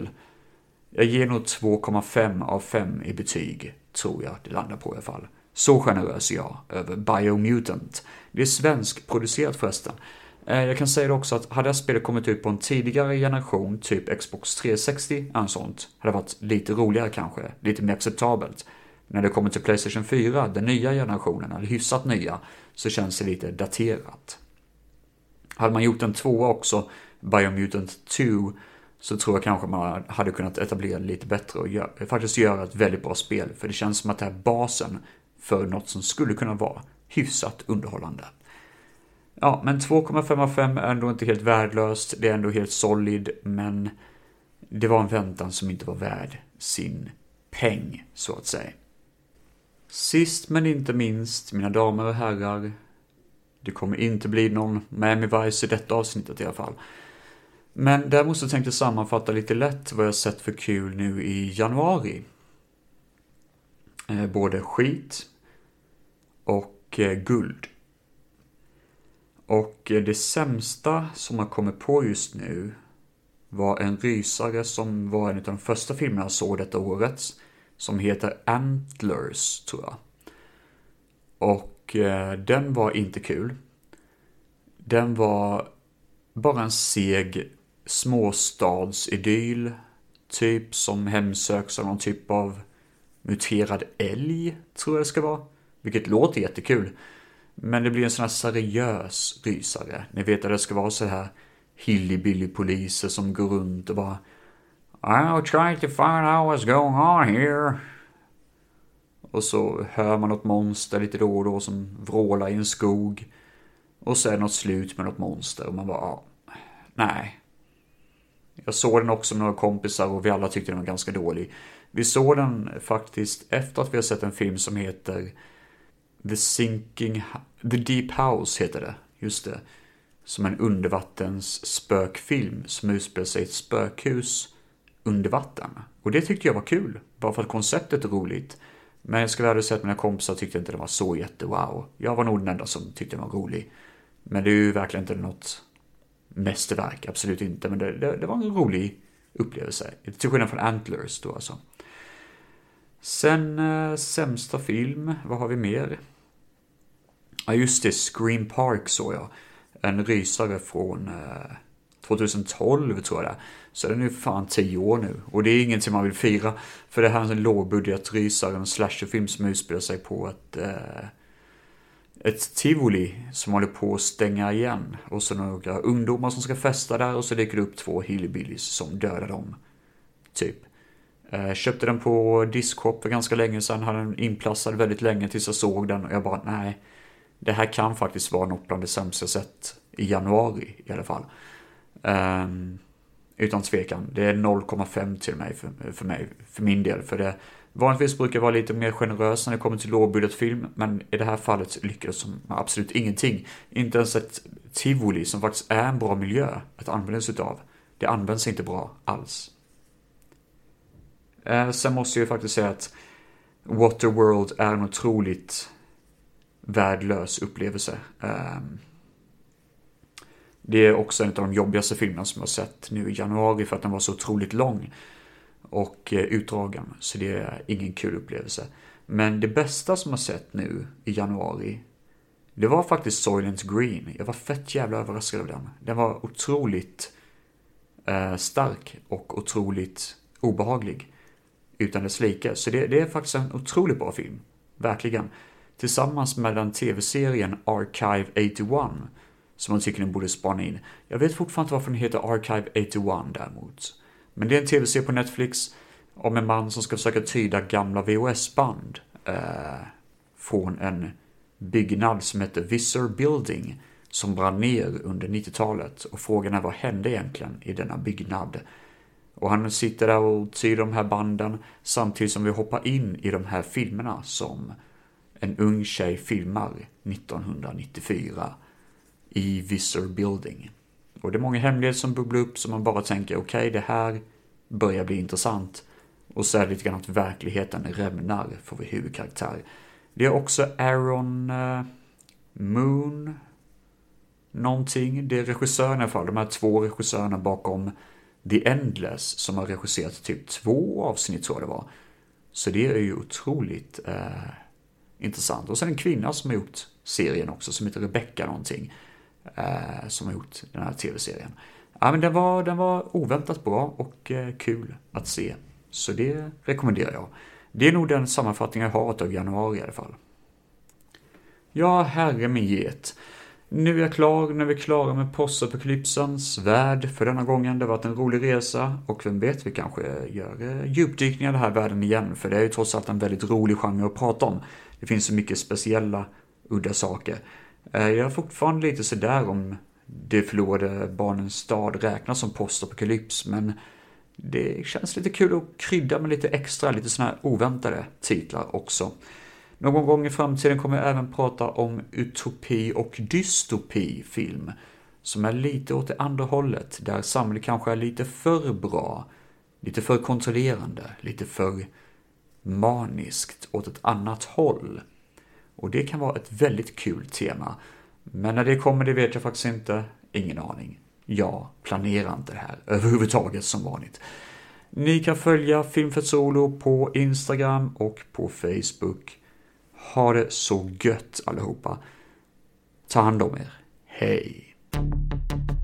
ger nog 2,5 av 5 i betyg, tror jag det landar på i alla fall. Så generös är jag över Biomutant. Det är svenskproducerat förresten. Jag kan säga det också att hade det spelet kommit ut på en tidigare generation, typ Xbox 360, en sånt, hade det varit lite roligare kanske, lite mer acceptabelt. När det kommer till PlayStation 4, den nya generationen, eller hyfsat nya, så känns det lite daterat. Hade man gjort en 2 också, Biomutant 2, så tror jag kanske man hade kunnat etablera det lite bättre och faktiskt göra ett väldigt bra spel. För det känns som att det är basen för något som skulle kunna vara hyfsat underhållande. Ja, men 2,5 av 5 är ändå inte helt värdelöst. Det är ändå helt solid, men det var en väntan som inte var värd sin peng, så att säga. Sist men inte minst, mina damer och herrar, det kommer inte bli någon Miami Vice i detta avsnittet i alla fall. Men däremot så tänkte jag sammanfatta lite lätt vad jag sett för kul nu i januari. Både skit och guld. Och det sämsta som har kommit på just nu var en rysare som var en av de första filmerna jag såg detta året, som heter Antlers, tror jag. Och den var inte kul. Den var bara en seg småstadsidyll, typ som hemsöks av någon typ av muterad älg, tror jag det ska vara. Vilket låter jättekul. Men det blir en sån här seriös rysare. Ni vet att det ska vara så här hillbilly-poliser som går runt och bara I'll try to find out what's going on here. Och så hör man något monster lite då och då som vrålar i en skog. Och så är det något slut med något monster. Och man bara, nej. Jag såg den också med några kompisar och vi alla tyckte den var ganska dålig. Vi såg den faktiskt efter att vi har sett en film som heter The Deep House heter det, just det. Som en undervattens spökfilm som utspelar sig i ett spökhus under vatten. Och det tyckte jag var kul, bara för att konceptet är roligt. Men jag skulle ha sett mina kompisar tyckte inte det var så jättewow. Jag var nog den enda som tyckte den var rolig. Men det är ju verkligen inte något mästerverk, absolut inte. Men det var en rolig upplevelse. Till skillnad från Antlers då alltså. Sen sämsta film, vad har vi mer? Ja just det, Scream Park såg jag. En rysare från 2012 tror jag det. Så den är ju fan 10 år nu. Och det är ingenting man vill fira. För det här är en lågbudget rysare, en slasherfilm som utspelar sig på ett tivoli som håller på att stänga igen. Och så några ungdomar som ska festa där och så dyker det upp 2 hillbillies som dödar dem. Typ. Köpte den på Discop för ganska länge sedan. Hade den inplassad väldigt länge tills jag såg den. Och jag bara, nej. Det här kan faktiskt vara något bland det sämsta sett i januari i alla fall. Utan tvekan. Det är 0,5 till mig för min del. För det vanligtvis brukar vara lite mer generös när det kommer till lågbudgetfilm. Men i det här fallet lyckades som absolut ingenting. Inte ens ett tivoli som faktiskt är en bra miljö att använda sig av. Det används inte bra alls. Sen måste jag faktiskt säga att Waterworld är en otroligt värdelös upplevelse. Det är också en av de jobbigaste filmerna som jag har sett nu i januari för att den var så otroligt lång och utdragen. Så det är ingen kul upplevelse. Men det bästa som jag har sett nu i januari, det var faktiskt Soylent Green. Jag var fett jävla överraskad av den. Den var otroligt stark och otroligt obehaglig utan dess like. Så det är faktiskt en otroligt bra film. Verkligen. Tillsammans med den tv-serien Archive 81 som man tycker den borde spana in. Jag vet fortfarande inte varför den heter Archive 81 däremot. Men det är en tv-serie på Netflix om en man som ska försöka tyda gamla VHS-band från en byggnad som heter Visor Building som brann ner under 90-talet. Och frågan är vad hände egentligen i denna byggnad? Och han sitter där och tyder de här banden samtidigt som vi hoppar in i de här filmerna som en ung tjej filmar 1994 i Visor Building. Och det är många hemligheter som bubblar upp som man bara tänker okej, det här börjar bli intressant. Och så är det lite grann att verkligheten rämnar för vår huvudkaraktär. Det är också Aaron Moon någonting. Det är regissören i alla fall. De här 2 regissörerna bakom The Endless som har regisserat typ 2 avsnitt tror jag det var. Så det är ju otroligt intressant. Och sen en kvinna som har gjort serien också som heter Rebecca någonting. Som har gjort den här tv-serien. Ja, men den var oväntat bra och kul att se. Så det rekommenderar jag. Det är nog den sammanfattning jag har av januari i alla fall. Ja, herre min get. Nu är jag klar, när vi är klara med postapokalypsens värld för denna gången. Det har varit en rolig resa och vem vet, vi kanske gör djupdykningar i den här världen igen. För det är ju trots allt en väldigt rolig genre att prata om. Det finns så mycket speciella, udda saker. Jag är fortfarande lite sådär om Det förlorade barnens stad räknas som postapokalyps, men det känns lite kul att krydda med lite extra, lite såna här oväntade titlar också. Någon gång i framtiden kommer jag även prata om utopi och dystopi film som är lite åt det andra hållet, där samhället kanske är lite för bra, lite för kontrollerande, lite för maniskt åt ett annat håll. Och det kan vara ett väldigt kul tema. Men när det kommer, det vet jag faktiskt inte. Ingen aning. Jag planerar inte det här överhuvudtaget som vanligt. Ni kan följa Filmfett Solo på Instagram och på Facebook. Ha det så gött allihopa. Ta hand om er. Hej.